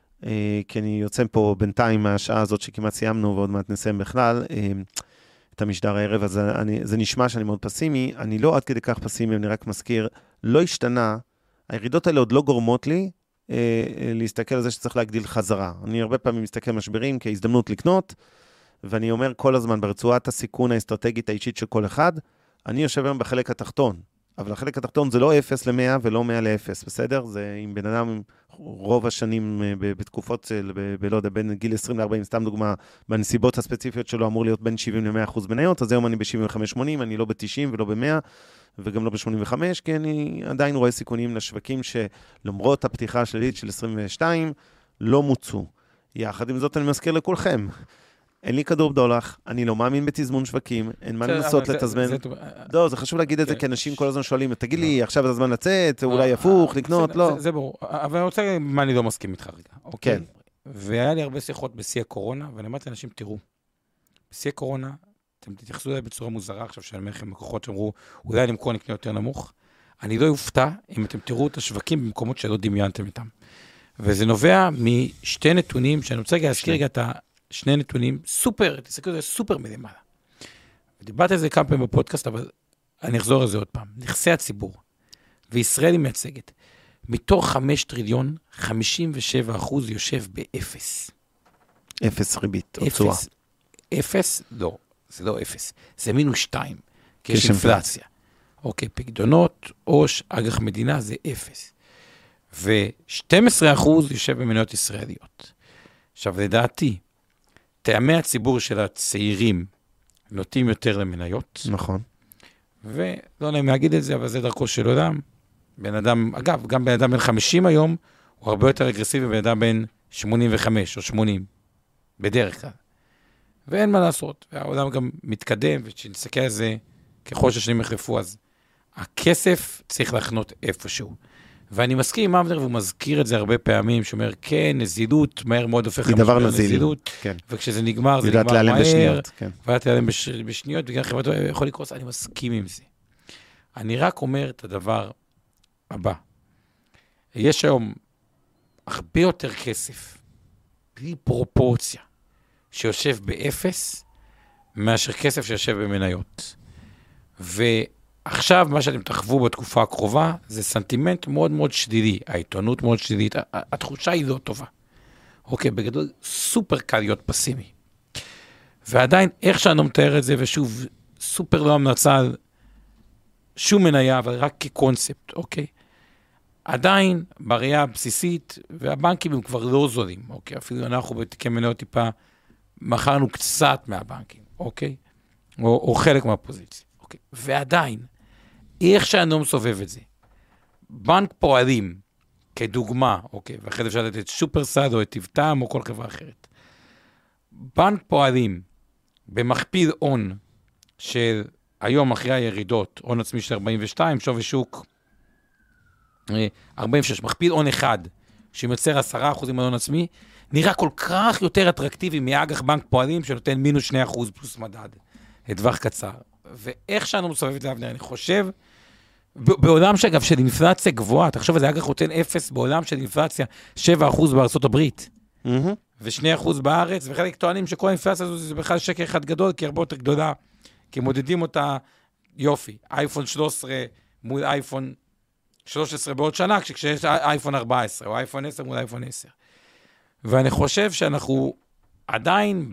כי אני יוצא פה בינתיים מהשעה הזאת שכמעט סיימנו, ועוד מעט נסיים בכלל, את המשדר הערב, אז אני, זה נשמע שאני מאוד פסימי, אני לא עד כדי כך פסימי, אני רק מזכיר, לא השתנה, הירידות האלה עוד לא גורמות לי אה, אה, להסתכל על זה שצריך להגדיל חזרה. אני הרבה פעמים מסתכל משברים כהזדמנות לקנות, ואני אומר כל הזמן, ברצועת הסיכון האסטרטגית האישית של כל אחד, אני יושב היום בחלק התחתון, אבל החלק התחתון זה לא אפס למאה ולא מאה לאפס, בסדר? זה עם בן אדם רוב השנים בתקופות של, בלא יודע, בין גיל עשרים ל-ארבעים, סתם דוגמה, בנסיבות הספציפיות שלו אמור להיות בין שבעים למאה אחוז מניות, אז היום אני ב-שבעים וחמש שמונים, אני לא ב-תשעים ולא ב-מאה, וגם לא ב-שמונים וחמש, כי אני עדיין רואה סיכונים לשווקים שלמרות הפתיחה השלילית של עשרים ושתיים, לא מוצאו. יחד עם זאת אני מזכיר לכולכם, אין לי כדור בדולח, אני לא מאמין בתזמון שווקים, אין מה לנסות לתזמן. לא, זה חשוב להגיד את זה, כי אנשים כל הזמן שואלים, תגיד לי, עכשיו זה הזמן לצאת, אולי הפוך, לקנות, לא. זה ברור, אבל אני רוצה, מה אני לא מסכים איתך רגע. כן. והיה לי הרבה שיחות בשיא הקורונה, ואני אמרתי לאנשים, תראו, בשיא הקורונה, אתם תתייחסו אליי בצורה מוזרה עכשיו, שאני אומר לכם, לקוחות שאמרו, אולי למכור נקנה יותר נמוך. אני לא יופתע אם אתם תראו את השווקים במקומות שלא דמיינתם איתם. וזה נובע משתי נתונים, שאני רוצה להזכיר רגע את השני נתונים, סופר, תסתכלו על זה סופר מלמעלה. דיברתי על זה כמה פעמים בפודקאסט, אבל אני אחזור על זה עוד פעם. נכסי הציבור, וישראל היא מייצגת, מתוך חמש טריליון, חמישים ושבע אחוז יושב באפס. אפס ריבית, או צורה. אפס, אפס, לא, זה לא אפס, זה מינוס שתיים, כי יש אינפלציה. אוקיי, פקדונות, עו"ש, אג"ח מדינה, זה אפס. ו-שנים עשר אחוז יושב במניות ישראליות. עכשיו, לדעתי, טעמי הציבור של הצעירים נוטים יותר למניות. נכון. ולא נעים להגיד את זה, אבל זה דרכו של אדם. בן אדם, אגב, גם בן אדם בן חמישים היום, הוא הרבה יותר אגרסיבי מבן אדם בן שמונים וחמש או שמונים, בדרך כלל. ואין מה לעשות. והעולם גם מתקדם, וכשנסתכל על זה, ככל שהשנים יחלפו, אז הכסף צריך לחנות איפשהו. ואני מסכים עם אבנר, והוא מזכיר את זה הרבה פעמים, שאומר, כן, נזילות, מהר מאוד הופך למשבר נזילות. כן. וכשזה נגמר, זה נגמר מהר. בשניות, כן. וידעת להיעלם בש... בשניות, וגם חברתו יכול לקרוס, אני מסכים עם זה. אני רק אומר את הדבר הבא. יש היום הרבה יותר כסף, בלי פרופורציה, שיושב באפס, מאשר כסף שיושב במניות. ועכשיו, מה שאתם תחוו בתקופה הקרובה, זה סנטימנט מאוד מאוד שלילי. העיתונות מאוד שלילית, התחושה היא לא טובה. אוקיי, בגדול, סופר קל להיות פסימי. ועדיין, איך שאני מתאר את זה, ושוב, סופר לא המלצה על שום מניה, אבל רק כקונספט, אוקיי? עדיין, בראייה הבסיסית, והבנקים הם כבר לא זולים, אוקיי? אפילו אנחנו בתיקי מניות טיפה, מכרנו קצת מהבנקים, אוקיי? או, או חלק מהפוזיציה, אוקיי? ועדיין, איך שאני לא מסובב את זה, בנק פועלים, כדוגמה, אוקיי? ואחרי זה אפשר לתת את שופרסל, או את טבעתם, או כל חברה אחרת. בנק פועלים, במכפיל הון, של היום אחרי הירידות, הון עצמי של ארבעים ושתיים, שווי שוק, ארבעים ושש, מכפיל הון אחד, שמייצר עשרה אחוז עם הון עצמי, נראה כל כך יותר אטרקטיבי מאג"ח בנק פועלים, שנותן מינוס שני אחוז פלוס מדד, לטווח קצר. ואיך שאני מסובב את זה, אני חושב, בעולם שאגב של אינפלציה גבוהה, תחשוב על זה, אג"ח נותן אפס בעולם של אינפלציה, שבעה אחוז בארצות הברית, ו-שני אחוז בארץ, וחלק טוענים שכל האינפלציה הזו זה בכלל שקר אחד גדול, כי הרבה יותר גדולה, כי מודדים אותה יופי, אייפון שלוש עשרה מול אייפון שלוש עשרה בעוד שנה, כשיש אייפון ארבע עשרה, או אייפון עשר מול אייפון עשר. ואני חושב שאנחנו עדיין,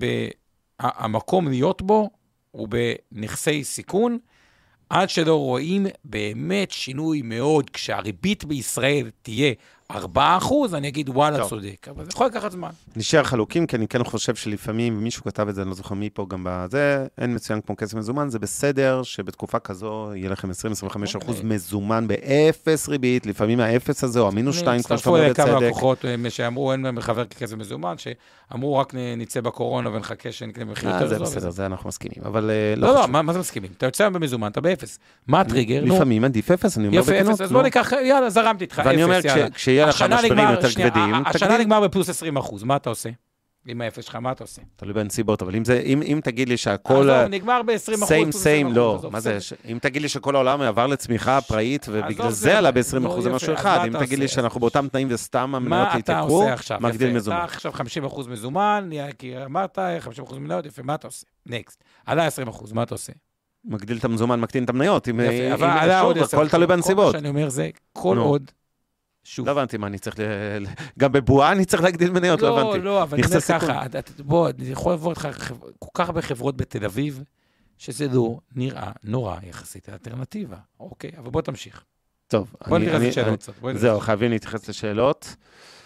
המקום להיות בו, הוא בנכסי סיכון, עד שלא רואים באמת שינוי מאוד, כשהריבית בישראל תהיה ארבעה אחוז, אני אגיד וואלה טוב. צודק, אבל זה יכול לקחת זמן. נשאר חלוקים, כי אני כן חושב שלפעמים, מישהו כתב את זה, אני לא זוכר מי פה גם בזה, אין מצוין כמו כסף מזומן, זה בסדר שבתקופה כזו יהיה לכם עשרים עד עשרים וחמישה אחוז מזומן באפס ריבית, לפעמים האפס הזה, או המינוס שתיים, כמו שאתה אומר בצדק. הצטרפו לכמה לקוחות שאמרו, אין להם חבר ככסף מזומן, שאמרו רק נצא בקורונה ונחכה שנקנה מחיר יותר זול. זה בסדר, זה אנחנו מסכימים, אבל לא לא, מה זה מסכימים? אתה יוצא במזומן, אתה באפס. מה הטריגר? לפעמים עדיף אפס, אני אומר בכנות. אז בוא ניקח, יאללה, זרמתי איתך, ואני אומר, כשיהיה לך משברים יותר כבדים, השנה נגמר בפלוס עשרים אחוז, מה אתה עושה? עם האפס שלך, מה אתה עושה? תלוי בנסיבות, אבל אם תגיד לי שהכל... נגמר ב-עשרים אחוז, סיים סיים, לא, מה זה? אם תגיד לי שכל העולם עבר לצמיחה פראית, ובגלל זה עלה ב-עשרים אחוז זה משהו אחד, אם תגיד לי שאנחנו באותם תנאים וסתם המניות להתייקרו, מגדיל מזומן. אתה עכשיו חמישים אחוז מזומן, כי אמרת, חמישים אחוז מניות, יפה, מה אתה עושה? נקסט. עלה עשרים אחוז, מה אתה עושה? מגדיל את המזומן, מקטין את המניות. אבל עלה עוד עשרים אחוז. הכל תלוי בנסיבות. כל מה שאני אומר זה, כל עוד לא הבנתי מה אני צריך, גם בבועה אני צריך להגדיל מניות, לא הבנתי. לא, לא, אבל אני אומר ככה, בוא, אני יכול לבוא אותך כל כך הרבה חברות בתל אביב, שזה לא נראה נורא יחסית האלטרנטיבה. אוקיי, אבל בוא תמשיך. טוב. בוא נתייחס לשאלות. זהו, חייבים להתייחס לשאלות.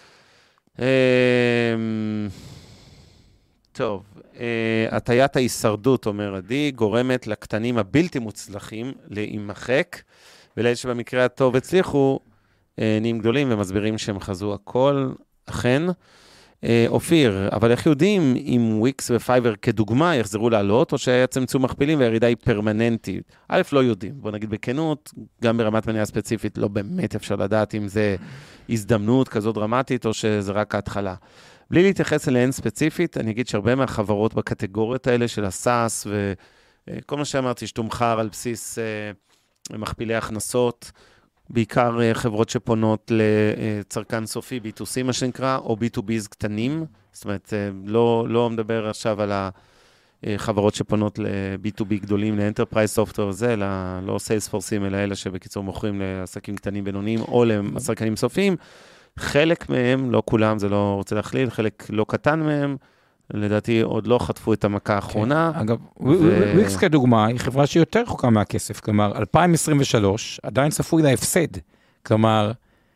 טוב, הטיית ההישרדות, אומר עדי, גורמת לקטנים הבלתי מוצלחים להימחק, ולאלה שבמקרה הטוב הצליחו, נהיים גדולים ומסבירים שהם חזו הכל, אכן. אופיר, אבל איך יודעים אם וויקס ופייבר כדוגמה יחזרו לעלות, או שהיה צמצום מכפילים והירידה היא פרמננטית? א', לא יודעים. בוא נגיד בכנות, גם ברמת מניה ספציפית, לא באמת אפשר לדעת אם זה הזדמנות כזו דרמטית, או שזה רק ההתחלה. בלי להתייחס אליהן ספציפית, אני אגיד שהרבה מהחברות בקטגוריות האלה של הסאס כל מה שאמרתי, שתומחר על בסיס מכפילי הכנסות, בעיקר חברות שפונות לצרכן סופי, בי טו סי מה שנקרא, או בי טו ביז קטנים, זאת אומרת, לא, לא מדבר עכשיו על החברות שפונות ל-בי טו בי גדולים, ל-Enterprise Software זה, אלא לא Salesforce'ים, אלא אלה שבקיצור מוכרים לעסקים קטנים בינוניים, או לצרכנים סופיים. חלק מהם, לא כולם, זה לא רוצה להכליל, חלק לא קטן מהם, לדעתי עוד לא חטפו את המכה האחרונה. אגב, וויקס כדוגמה היא חברה שיותר רחוקה מהכסף, כלומר, אלפיים עשרים ושלוש עדיין צפוי לה הפסד, כלומר,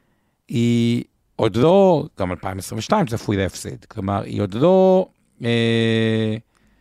היא עוד לא, גם אלפיים עשרים ושתיים צפוי לה הפסד, כלומר, היא עוד לא אה,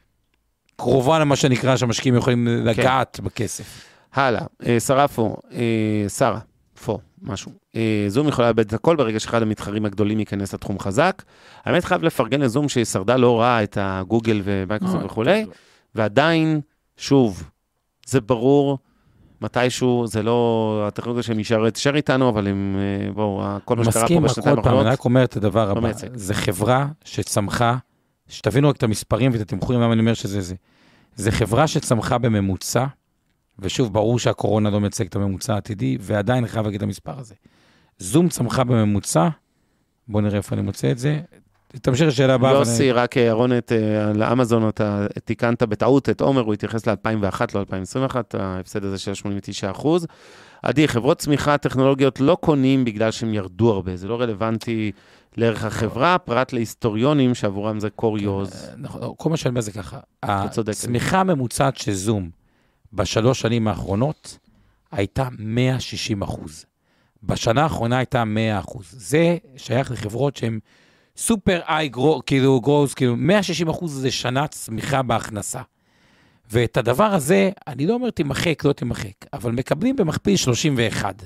קרובה למה שנקרא שהמשקיעים יכולים לגעת בכסף. הלאה, שרפו, שרה, פה, משהו. זום יכולה לאבד את הכל ברגע שאחד המתחרים הגדולים ייכנס לתחום חזק. האמת חייב לפרגן לזום שהיא שרדה לא רע את הגוגל ומייקרוסופט וכו', ועדיין, שוב, זה ברור, מתישהו, זה לא הטכנולוגיה שהם יישאר איתנו, אבל הם, בואו, כל מה שקרה פה בשנתיים האחרונות. אני רק אומר את הדבר הבא, זה חברה שצמחה, שתבינו רק את המספרים ואת התמחורים, למה אני אומר שזה זה. זה חברה שצמחה בממוצע, ושוב, ברור שהקורונה לא מייצג את הממוצע העתידי, ועדיין חייב להגיד את המספר הזה. זום צמחה בממוצע, בואו נראה איפה אני מוצא את זה. תמשיך לשאלה הבאה. יוסי, ואני... רק ארונת, על האמזון אתה תיקנת בטעות את עומר, הוא התייחס ל-אלפיים ואחת, לא אלפיים עשרים ואחת, ההפסד הזה של שמונים ותשעה אחוז. עדי, חברות צמיחה טכנולוגיות לא קונים בגלל שהם ירדו הרבה, זה לא רלוונטי לערך החברה, פרט להיסטוריונים שעבורם זה קוריוז. נכון, כל מה שאני אומר זה ככה. הצמיחה הממוצעת של זום, בשלוש שנים האחרונות, הייתה מאה ושישים אחוז. בשנה האחרונה הייתה מאה אחוז. זה שייך לחברות שהן סופר איי כאילו גרוז, כאילו מאה ושישים אחוז זה שנה צמיחה בהכנסה. ואת הדבר הזה, אני לא אומר תמחק, לא תמחק, אבל מקבלים במכפיל שלושים ואחת.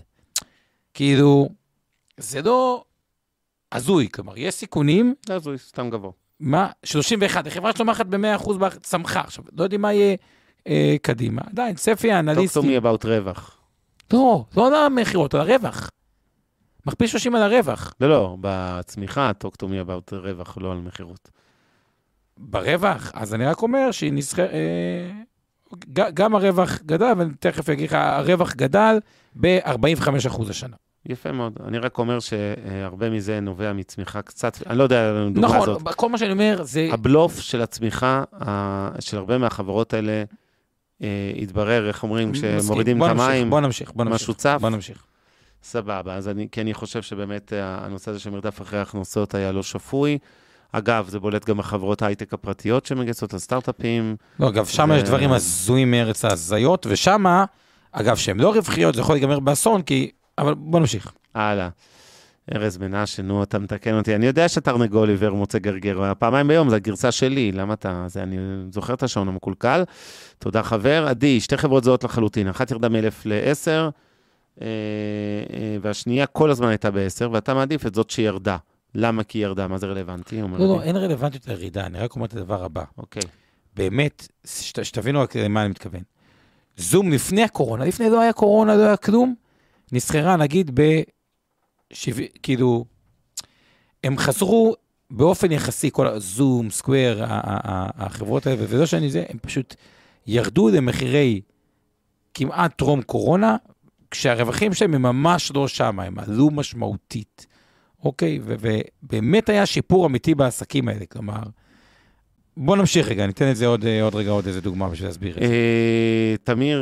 כאילו, זה לא הזוי, כלומר, יש סיכונים. זה הזוי, סתם גבוה. מה? שלושים ואחת, החברה שלומחת ב-מאה אחוז צמחה. עכשיו, לא יודעים מה יהיה אה, קדימה. עדיין, צפי האנליסטי. talk to me about רווח. לא, לא על המחירות, על הרווח. מכפיל שלושים על הרווח. לא, לא, בצמיחה, talk to me about רווח, לא על מחירות. ברווח, אז אני רק אומר שהיא נסחר... אה, גם הרווח גדל, ואני תכף אגיד לך, הרווח גדל ב-ארבעים וחמישה אחוז השנה. יפה מאוד. אני רק אומר שהרבה מזה נובע מצמיחה קצת, אני לא יודע על הדוגמה נכון, הזאת. נכון, כל מה שאני אומר זה... הבלוף של הצמיחה של הרבה מהחברות האלה התברר, איך אומרים, כשמורידים את המים, בוא נמשיך, בוא נמשיך. משהו צף. בוא נמשיך. סבבה, אז אני, כי אני חושב שבאמת הנושא הזה של מרדף אחרי הכנסות היה לא שפוי. אגב, זה בולט גם החברות ההייטק הפרטיות שמגייסות לסטארט-אפים. לא, אגב, שם יש דברים הזויים מארץ ההזיות, ושם, אגב, שהן לא רווחיות, זה יכול להיגמר באסון, כי... אבל בוא נמשיך. הלאה. ארז מנשה, נו, אתה מתקן אותי. אני יודע שתרנגול עיוור מוצא גרגר, פעמיים ביום, זו הגרסה שלי, למה אתה... זה, אני זוכר את השעון המקולקל. תודה חבר. עדי, שתי חברות זהות לחלוטין, אחת ירדה מ-אלף ל-עשר, והשנייה כל הזמן הייתה ב-עשר, ואתה מעדיף את זאת שירדה. למה כי ירדה? מה זה רלוונטי? לא, לא, אין רלוונטיות לירידה, אני רק אומר את הדבר הבא. אוקיי. באמת, שתבינו רק למה אני מתכוון. זום לפני הקורונה, לפני לא היה קורונה, לא היה כלום, נסחרה, נגיד, ב... כאילו, הם חזרו באופן יחסי, כל הזום, סקוואר, החברות האלה, ולא שאני זה, הם פשוט ירדו למחירי כמעט טרום קורונה, כשהרווחים שלהם הם ממש לא שם, הם עלו משמעותית. אוקיי, ובאמת היה שיפור אמיתי בעסקים האלה, כלומר, בוא נמשיך רגע, ניתן את זה עוד, עוד רגע, עוד איזה דוגמה בשביל להסביר את זה. תמיר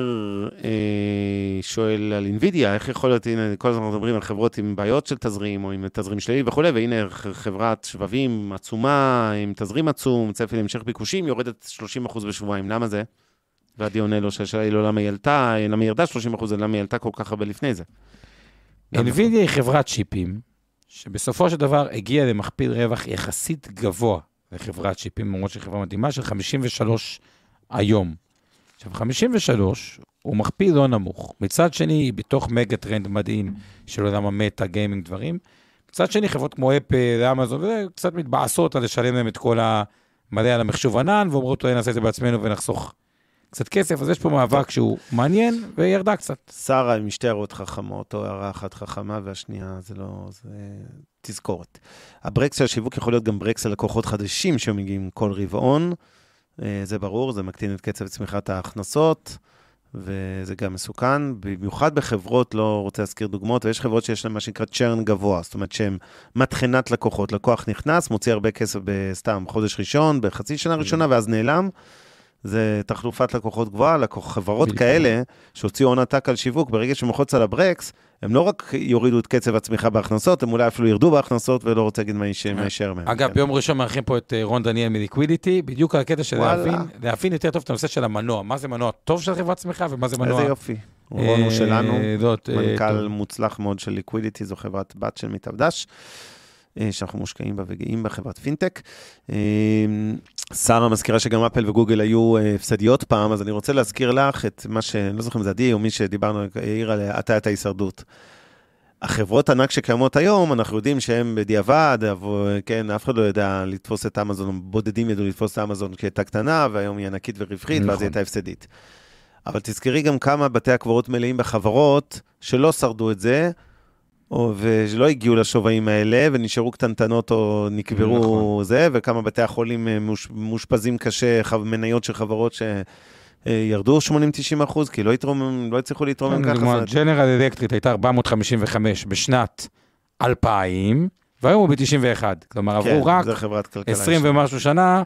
שואל על אינווידיה, איך יכול להיות, הנה, כל הזמן מדברים על חברות עם בעיות של תזרים, או עם תזרים שלילי וכו', והנה חברת שבבים עצומה, עם תזרים עצום, צפי להמשך ביקושים, יורדת שלושים אחוז בשבועיים, למה זה? ועדי עונה לו שהשאלה היא לא למה היא ילתה, למה היא ירדה שלושים אחוז, למה היא ילתה כל כך הרבה לפני זה. אינווידיה היא חברת שיפים, שבסופו של דבר הגיע למכפיל רווח יחסית גבוה לחברת שיפים, למרות שהיא חברה מדהימה, של חמישים ושלוש היום. עכשיו, חמישים ושלוש הוא מכפיל לא נמוך. מצד שני, בתוך מגה טרנד מדהים של עולם המטה, גיימינג, דברים. מצד שני, חברות כמו אפל, אמזון, וזה קצת מתבאסות על לשלם להם את כל המלא על המחשוב ענן, ואומרות, נעשה את זה בעצמנו ונחסוך קצת כסף. אז יש פה מאבק שהוא מעניין וירדה קצת. שרה עם שתי הערות חכמות, או הערה אחת חכמה, והשנייה זה לא, זה תזכורת. הברקס של השיווק יכול להיות גם ברקס על לקוחות חדשים שמגיעים כל רבעון, זה ברור, זה מקטין את קצב צמיחת ההכנסות, וזה גם מסוכן, במיוחד בחברות, לא רוצה להזכיר דוגמאות, ויש חברות שיש להן מה שנקרא צ'רן גבוה, זאת אומרת שהן מתחינת לקוחות, לקוח נכנס, מוציא הרבה כסף בסתם חודש ראשון, בחצי שנה ראשונה, ואז נעלם, זה תחלופת לקוחות גבוהה, חברות כאלה, שהוציאו עון עתק על שיווק, ברגע שמוחץ על הברקס, הם לא רק יורידו את קצב הצמיחה בהכנסות, הם אולי אפילו ירדו בהכנסות, ולא רוצה להגיד מה יישאר מהם. אגב, ביום ראשון מארחים פה את רון דניאל מליקווידיטי, בדיוק על הקטע של להבין, להבין יותר טוב את הנושא של המנוע, מה זה מנוע טוב של חברת צמיחה, ומה זה מנוע... איזה יופי. רון הוא שלנו, מנכ"ל מוצלח מאוד של ליקווידיטי, זו חברת בת של מתאבדש, שאנחנו מושקעים בה וגאים בחברת פינטק. שרה מזכירה שגם אפל וגוגל היו הפסדיות פעם, אז אני רוצה להזכיר לך את מה ש... לא זוכר אם זה עדי, או מי שדיברנו, העיר על הטעיית ההישרדות. החברות ענק שקיימות היום, אנחנו יודעים שהן בדיעבד, כן, אף אחד לא ידע לתפוס את אמזון, בודדים ידעו לתפוס את אמזון כשהייתה קטנה, והיום היא ענקית ורווחית, ואז היא הייתה הפסדית. אבל תזכרי גם כמה בתי הקברות מלאים בחברות שלא שרדו את זה, ושלא הגיעו לשובעים האלה, ונשארו קטנטנות או נקברו זה, וכמה בתי החולים מושפזים קשה, מניות של חברות שירדו שמונים תשעים אחוז, כי לא הצליחו להתרומם ככה. ג'נרל אלקטריק הייתה ארבע מאות חמישים וחמש בשנת אלפיים, והיום הוא ב-תשעים ואחת. כלומר, עברו רק עשרים ומשהו שנה.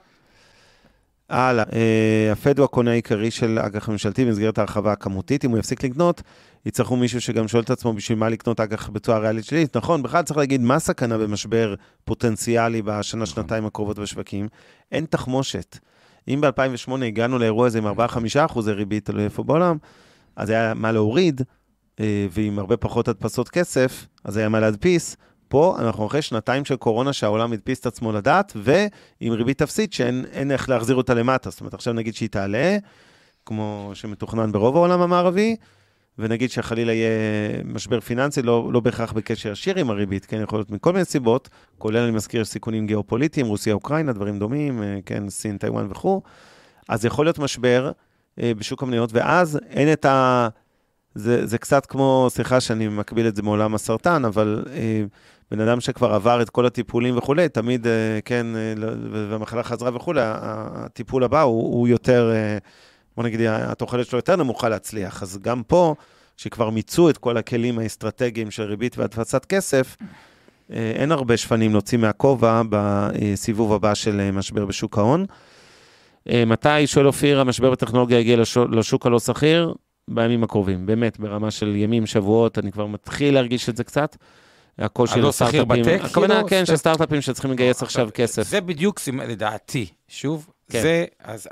הלאה, הפד הוא הקונה העיקרי של אג"ח ממשלתי במסגרת ההרחבה הכמותית, אם הוא יפסיק לקנות, יצטרכו מישהו שגם שואל את עצמו בשביל מה לקנות אג"ח בצורה ריאלית שלילית. נכון, בכלל צריך להגיד מה סכנה במשבר פוטנציאלי בשנה, שנתיים הקרובות בשווקים, אין תחמושת. אם ב-אלפיים ושמונה הגענו לאירוע הזה עם ארבעה חמישה אחוזי ריבית, תלוי איפה בעולם, אז היה מה להוריד, ועם הרבה פחות הדפסות כסף, אז היה מה להדפיס. פה אנחנו אחרי שנתיים של קורונה שהעולם הדפיס את עצמו לדעת, ועם ריבית תפסית שאין איך להחזיר אותה למטה. זאת אומרת, עכשיו נגיד שהיא תעלה, כמו שמתוכנן ברוב העולם המערבי, ונגיד שחלילה יהיה משבר פיננסי, לא, לא בהכרח בקשר ישיר עם הריבית, כן, יכול להיות מכל מיני סיבות, כולל אני מזכיר סיכונים גיאופוליטיים, רוסיה, אוקראינה, דברים דומים, כן, סין, טיואן וכו'. אז יכול להיות משבר בשוק המניות, ואז אין את ה... זה, זה קצת כמו, סליחה שאני מקביל את זה מעולם הסרטן, אבל אה, בן אדם שכבר עבר את כל הטיפולים וכו', תמיד, אה, כן, אה, והמחלה חזרה וכו', הטיפול הבא הוא, הוא יותר, אה, בוא נגיד, התוחלת שלו יותר נמוכה להצליח. אז גם פה, שכבר מיצו את כל הכלים האסטרטגיים של ריבית והדפסת כסף, אה, אין הרבה שפנים להוציא מהכובע בסיבוב הבא של משבר בשוק ההון. אה, מתי, שואל אופיר, המשבר בטכנולוגיה הגיע לשוק, לשוק הלא סחיר? בימים הקרובים, באמת, ברמה של ימים, שבועות, אני כבר מתחיל להרגיש את זה קצת. הקושי לסטארט-אפים, הכוונה, כן, של סטארט-אפים שצריכים לגייס עכשיו כסף. זה בדיוק, לדעתי, שוב, זה, אז,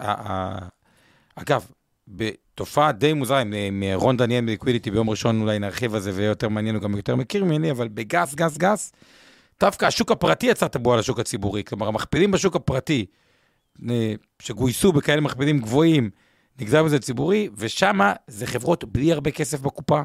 אגב, בתופעה די מוזרה, מרון דניאל מליקווידיטי ביום ראשון אולי נרחיב על זה, ויותר מעניין, הוא גם יותר מכיר ממני, אבל בגס, גס, גס, דווקא השוק הפרטי יצא טבוע על השוק הציבורי, כלומר, המכפילים בשוק הפרטי, שגויסו בכאלה מכפילים גבוהים, נגזר בזה ציבורי, ושמה זה חברות בלי הרבה כסף בקופה,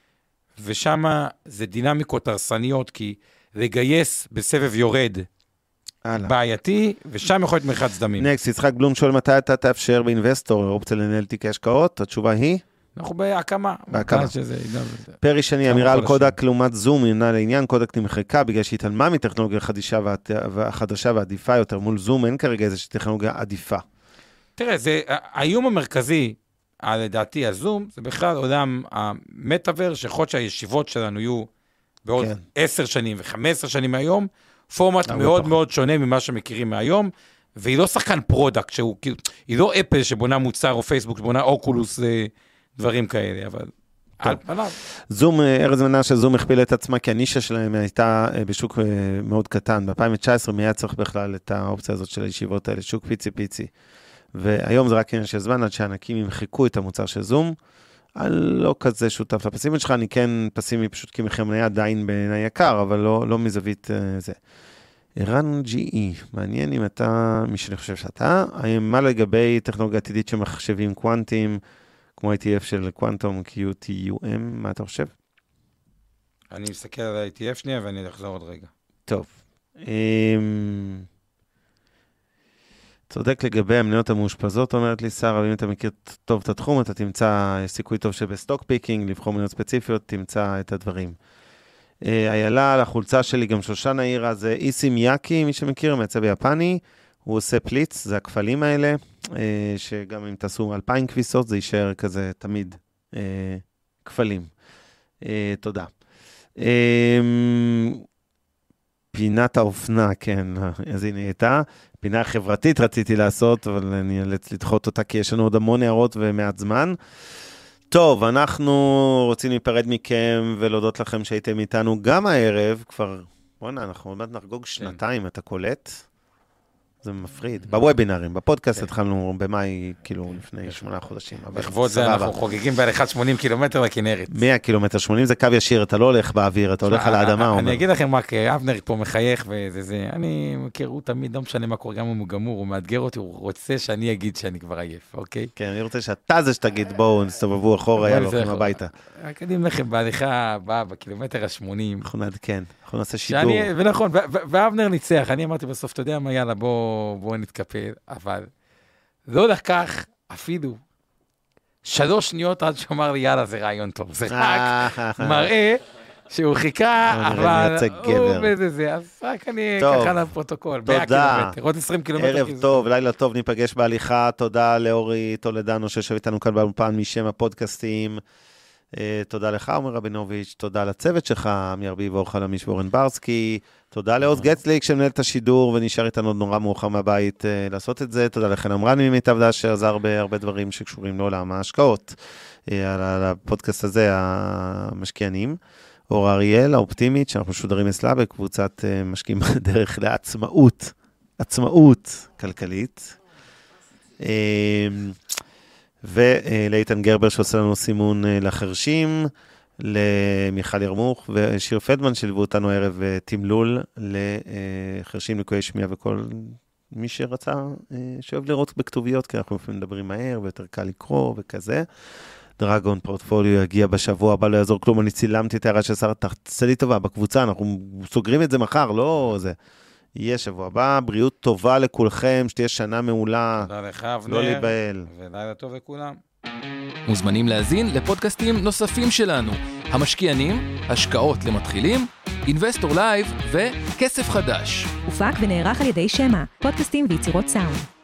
ושמה זה דינמיקות הרסניות, כי לגייס בסבב יורד בעייתי, ושם יכול להיות מרחץ דמים. נקסט, יצחק בלום שואל מתי אתה תאפשר באינבסטור, אופציה לנהל תיקי השקעות, התשובה היא? אנחנו בהקמה. בהקמה. פרי שני, אמירה על קודק לעומת זום, יונה לעניין, קודק נמחקה, בגלל שהיא התעלמה מטכנולוגיה חדשה ועדיפה יותר, מול זום אין כרגע איזושהי טכנולוגיה עדיפה. תראה, זה, האיום המרכזי, לדעתי הזום, זה בכלל עולם המטאבר, שיכול שהישיבות שלנו יהיו בעוד כן. עשר שנים וחמש עשרה שנים מהיום, פורמט מאוד פחות. מאוד שונה ממה שמכירים מהיום, והיא לא שחקן פרודקט, שהוא, היא לא אפל שבונה מוצר, או פייסבוק שבונה אוקולוס, דברים כאלה, אבל על פניו. זום, ארז מנשה, זום הכפילה את עצמה, כי הנישה שלהם הייתה בשוק מאוד קטן, ב-אלפיים תשע עשרה מיד צריך בכלל את האופציה הזאת של הישיבות האלה, שוק פיצי פיצי. והיום זה רק עניין של זמן, עד שהענקים ימחקו את המוצר של זום, על לא כזה שותף לפסימית שלך, אני כן פסימי פשוט כי מחיר מניה עדיין בעיני יקר, אבל לא, לא מזווית uh, זה. ערן ג'י אי, מעניין אם אתה, מי שאני חושב שאתה, מה לגבי טכנולוגיה עתידית של מחשבים קוונטיים, כמו איי טי אף של קוונטום קיו טי יו אם, מה אתה חושב? אני מסתכל על ה-איי טי אף שנייה ואני אחזור עוד רגע. טוב. צודק לגבי המניות המאושפזות, אומרת לי שרה, אם אתה מכיר טוב את התחום, אתה תמצא סיכוי טוב שבסטוק פיקינג, לבחור מניות ספציפיות, תמצא את הדברים. איילה, על החולצה שלי, גם שושנה העירה, זה איסי מיאקי, מי שמכיר, מעצב יפני, הוא עושה פליץ, זה הכפלים האלה, שגם אם תעשו אלפיים כביסות, זה יישאר כזה תמיד כפלים. תודה. פינת האופנה, כן, אז הנה הייתה. פינה חברתית רציתי לעשות, אבל אני אאלץ לדחות אותה, כי יש לנו עוד המון הערות ומעט זמן. טוב, אנחנו רוצים להיפרד מכם ולהודות לכם שהייתם איתנו גם הערב, כבר, בוא'נה, אנחנו עוד מעט נחגוג שנתיים, אתה קולט? זה מפריד. בוובינרים, בפודקאסט התחלנו במאי, כאילו, לפני שמונה חודשים. לכבוד זה אנחנו חוגגים בהליכת שמונים קילומטר לכנרת. מאה קילומטר, שמונים זה קו ישיר, אתה לא הולך באוויר, אתה הולך על האדמה. אני אגיד לכם מה, אבנר פה מחייך וזה זה, אני מכיר, הוא תמיד לא משנה מה קורה, גם אם הוא גמור, הוא מאתגר אותי, הוא רוצה שאני אגיד שאני כבר עייף, אוקיי? כן, אני רוצה שאתה זה שתגיד, בואו, נסתובבו אחורה, יאללה, הולכים הביתה. רק אדים לכם בהליכה הבאה, בקילומטר ה-שמונים. אנחנו נעדכן, אנחנו נעשה שידור. ונכון, ואבנר ניצח, אני אמרתי בסוף, אתה יודע מה, יאללה, בוא, בוא נתקפל, אבל לא לקח אפילו שלוש שניות עד שאומר לי, יאללה, זה רעיון טוב. זה רק מראה שהוא חיכה, אבל הוא בזה זה, אז רק אני ככה לפרוטוקול, מאה קילומטר, עוד עשרים קילומטר. ערב טוב, לילה טוב, ניפגש בהליכה, תודה לאורי טולדנו שיושב איתנו כאן באולפן משם הפודקאסטים, תודה לך, עומר רבינוביץ', תודה לצוות שלך, עמי ארביב, אור חלמיש ואורן ברסקי, תודה לעוז גצליק שמנהל את השידור ונשאר איתנו עוד נורא מאוחר מהבית לעשות את זה, תודה לכן אמרני ממיטב דש שעזר בהרבה דברים שקשורים לעולם ההשקעות, על הפודקאסט הזה, המשקיענים, אור אריאל, האופטימית, שאנחנו שודרים אצלה בקבוצת משקיעים בדרך לעצמאות, עצמאות כלכלית. ולאיתן גרבר שעושה לנו סימון לחרשים, למיכל ירמוך ושיר פדמן שלבו אותנו ערב תמלול לחרשים לקויי שמיעה וכל מי שרצה, שאוהב לראות בכתוביות, כי אנחנו לפעמים מדברים מהר ויותר קל לקרוא וכזה. דרגון פורטפוליו יגיע בשבוע הבא, לא יעזור כלום, אני צילמתי את הערה של שר, תעשה לי טובה בקבוצה, אנחנו סוגרים את זה מחר, לא זה. יהיה שבוע הבא, בריאות טובה לכולכם, שתהיה שנה מעולה. תודה לך, אבנר. לא להיבהל. ולילה טוב לכולם. מוזמנים להזין לפודקאסטים נוספים שלנו, המשקיענים, השקעות למתחילים, אינבסטור לייב וכסף חדש. הופק ונערך על ידי שמה, פודקאסטים ויצירות סאונד.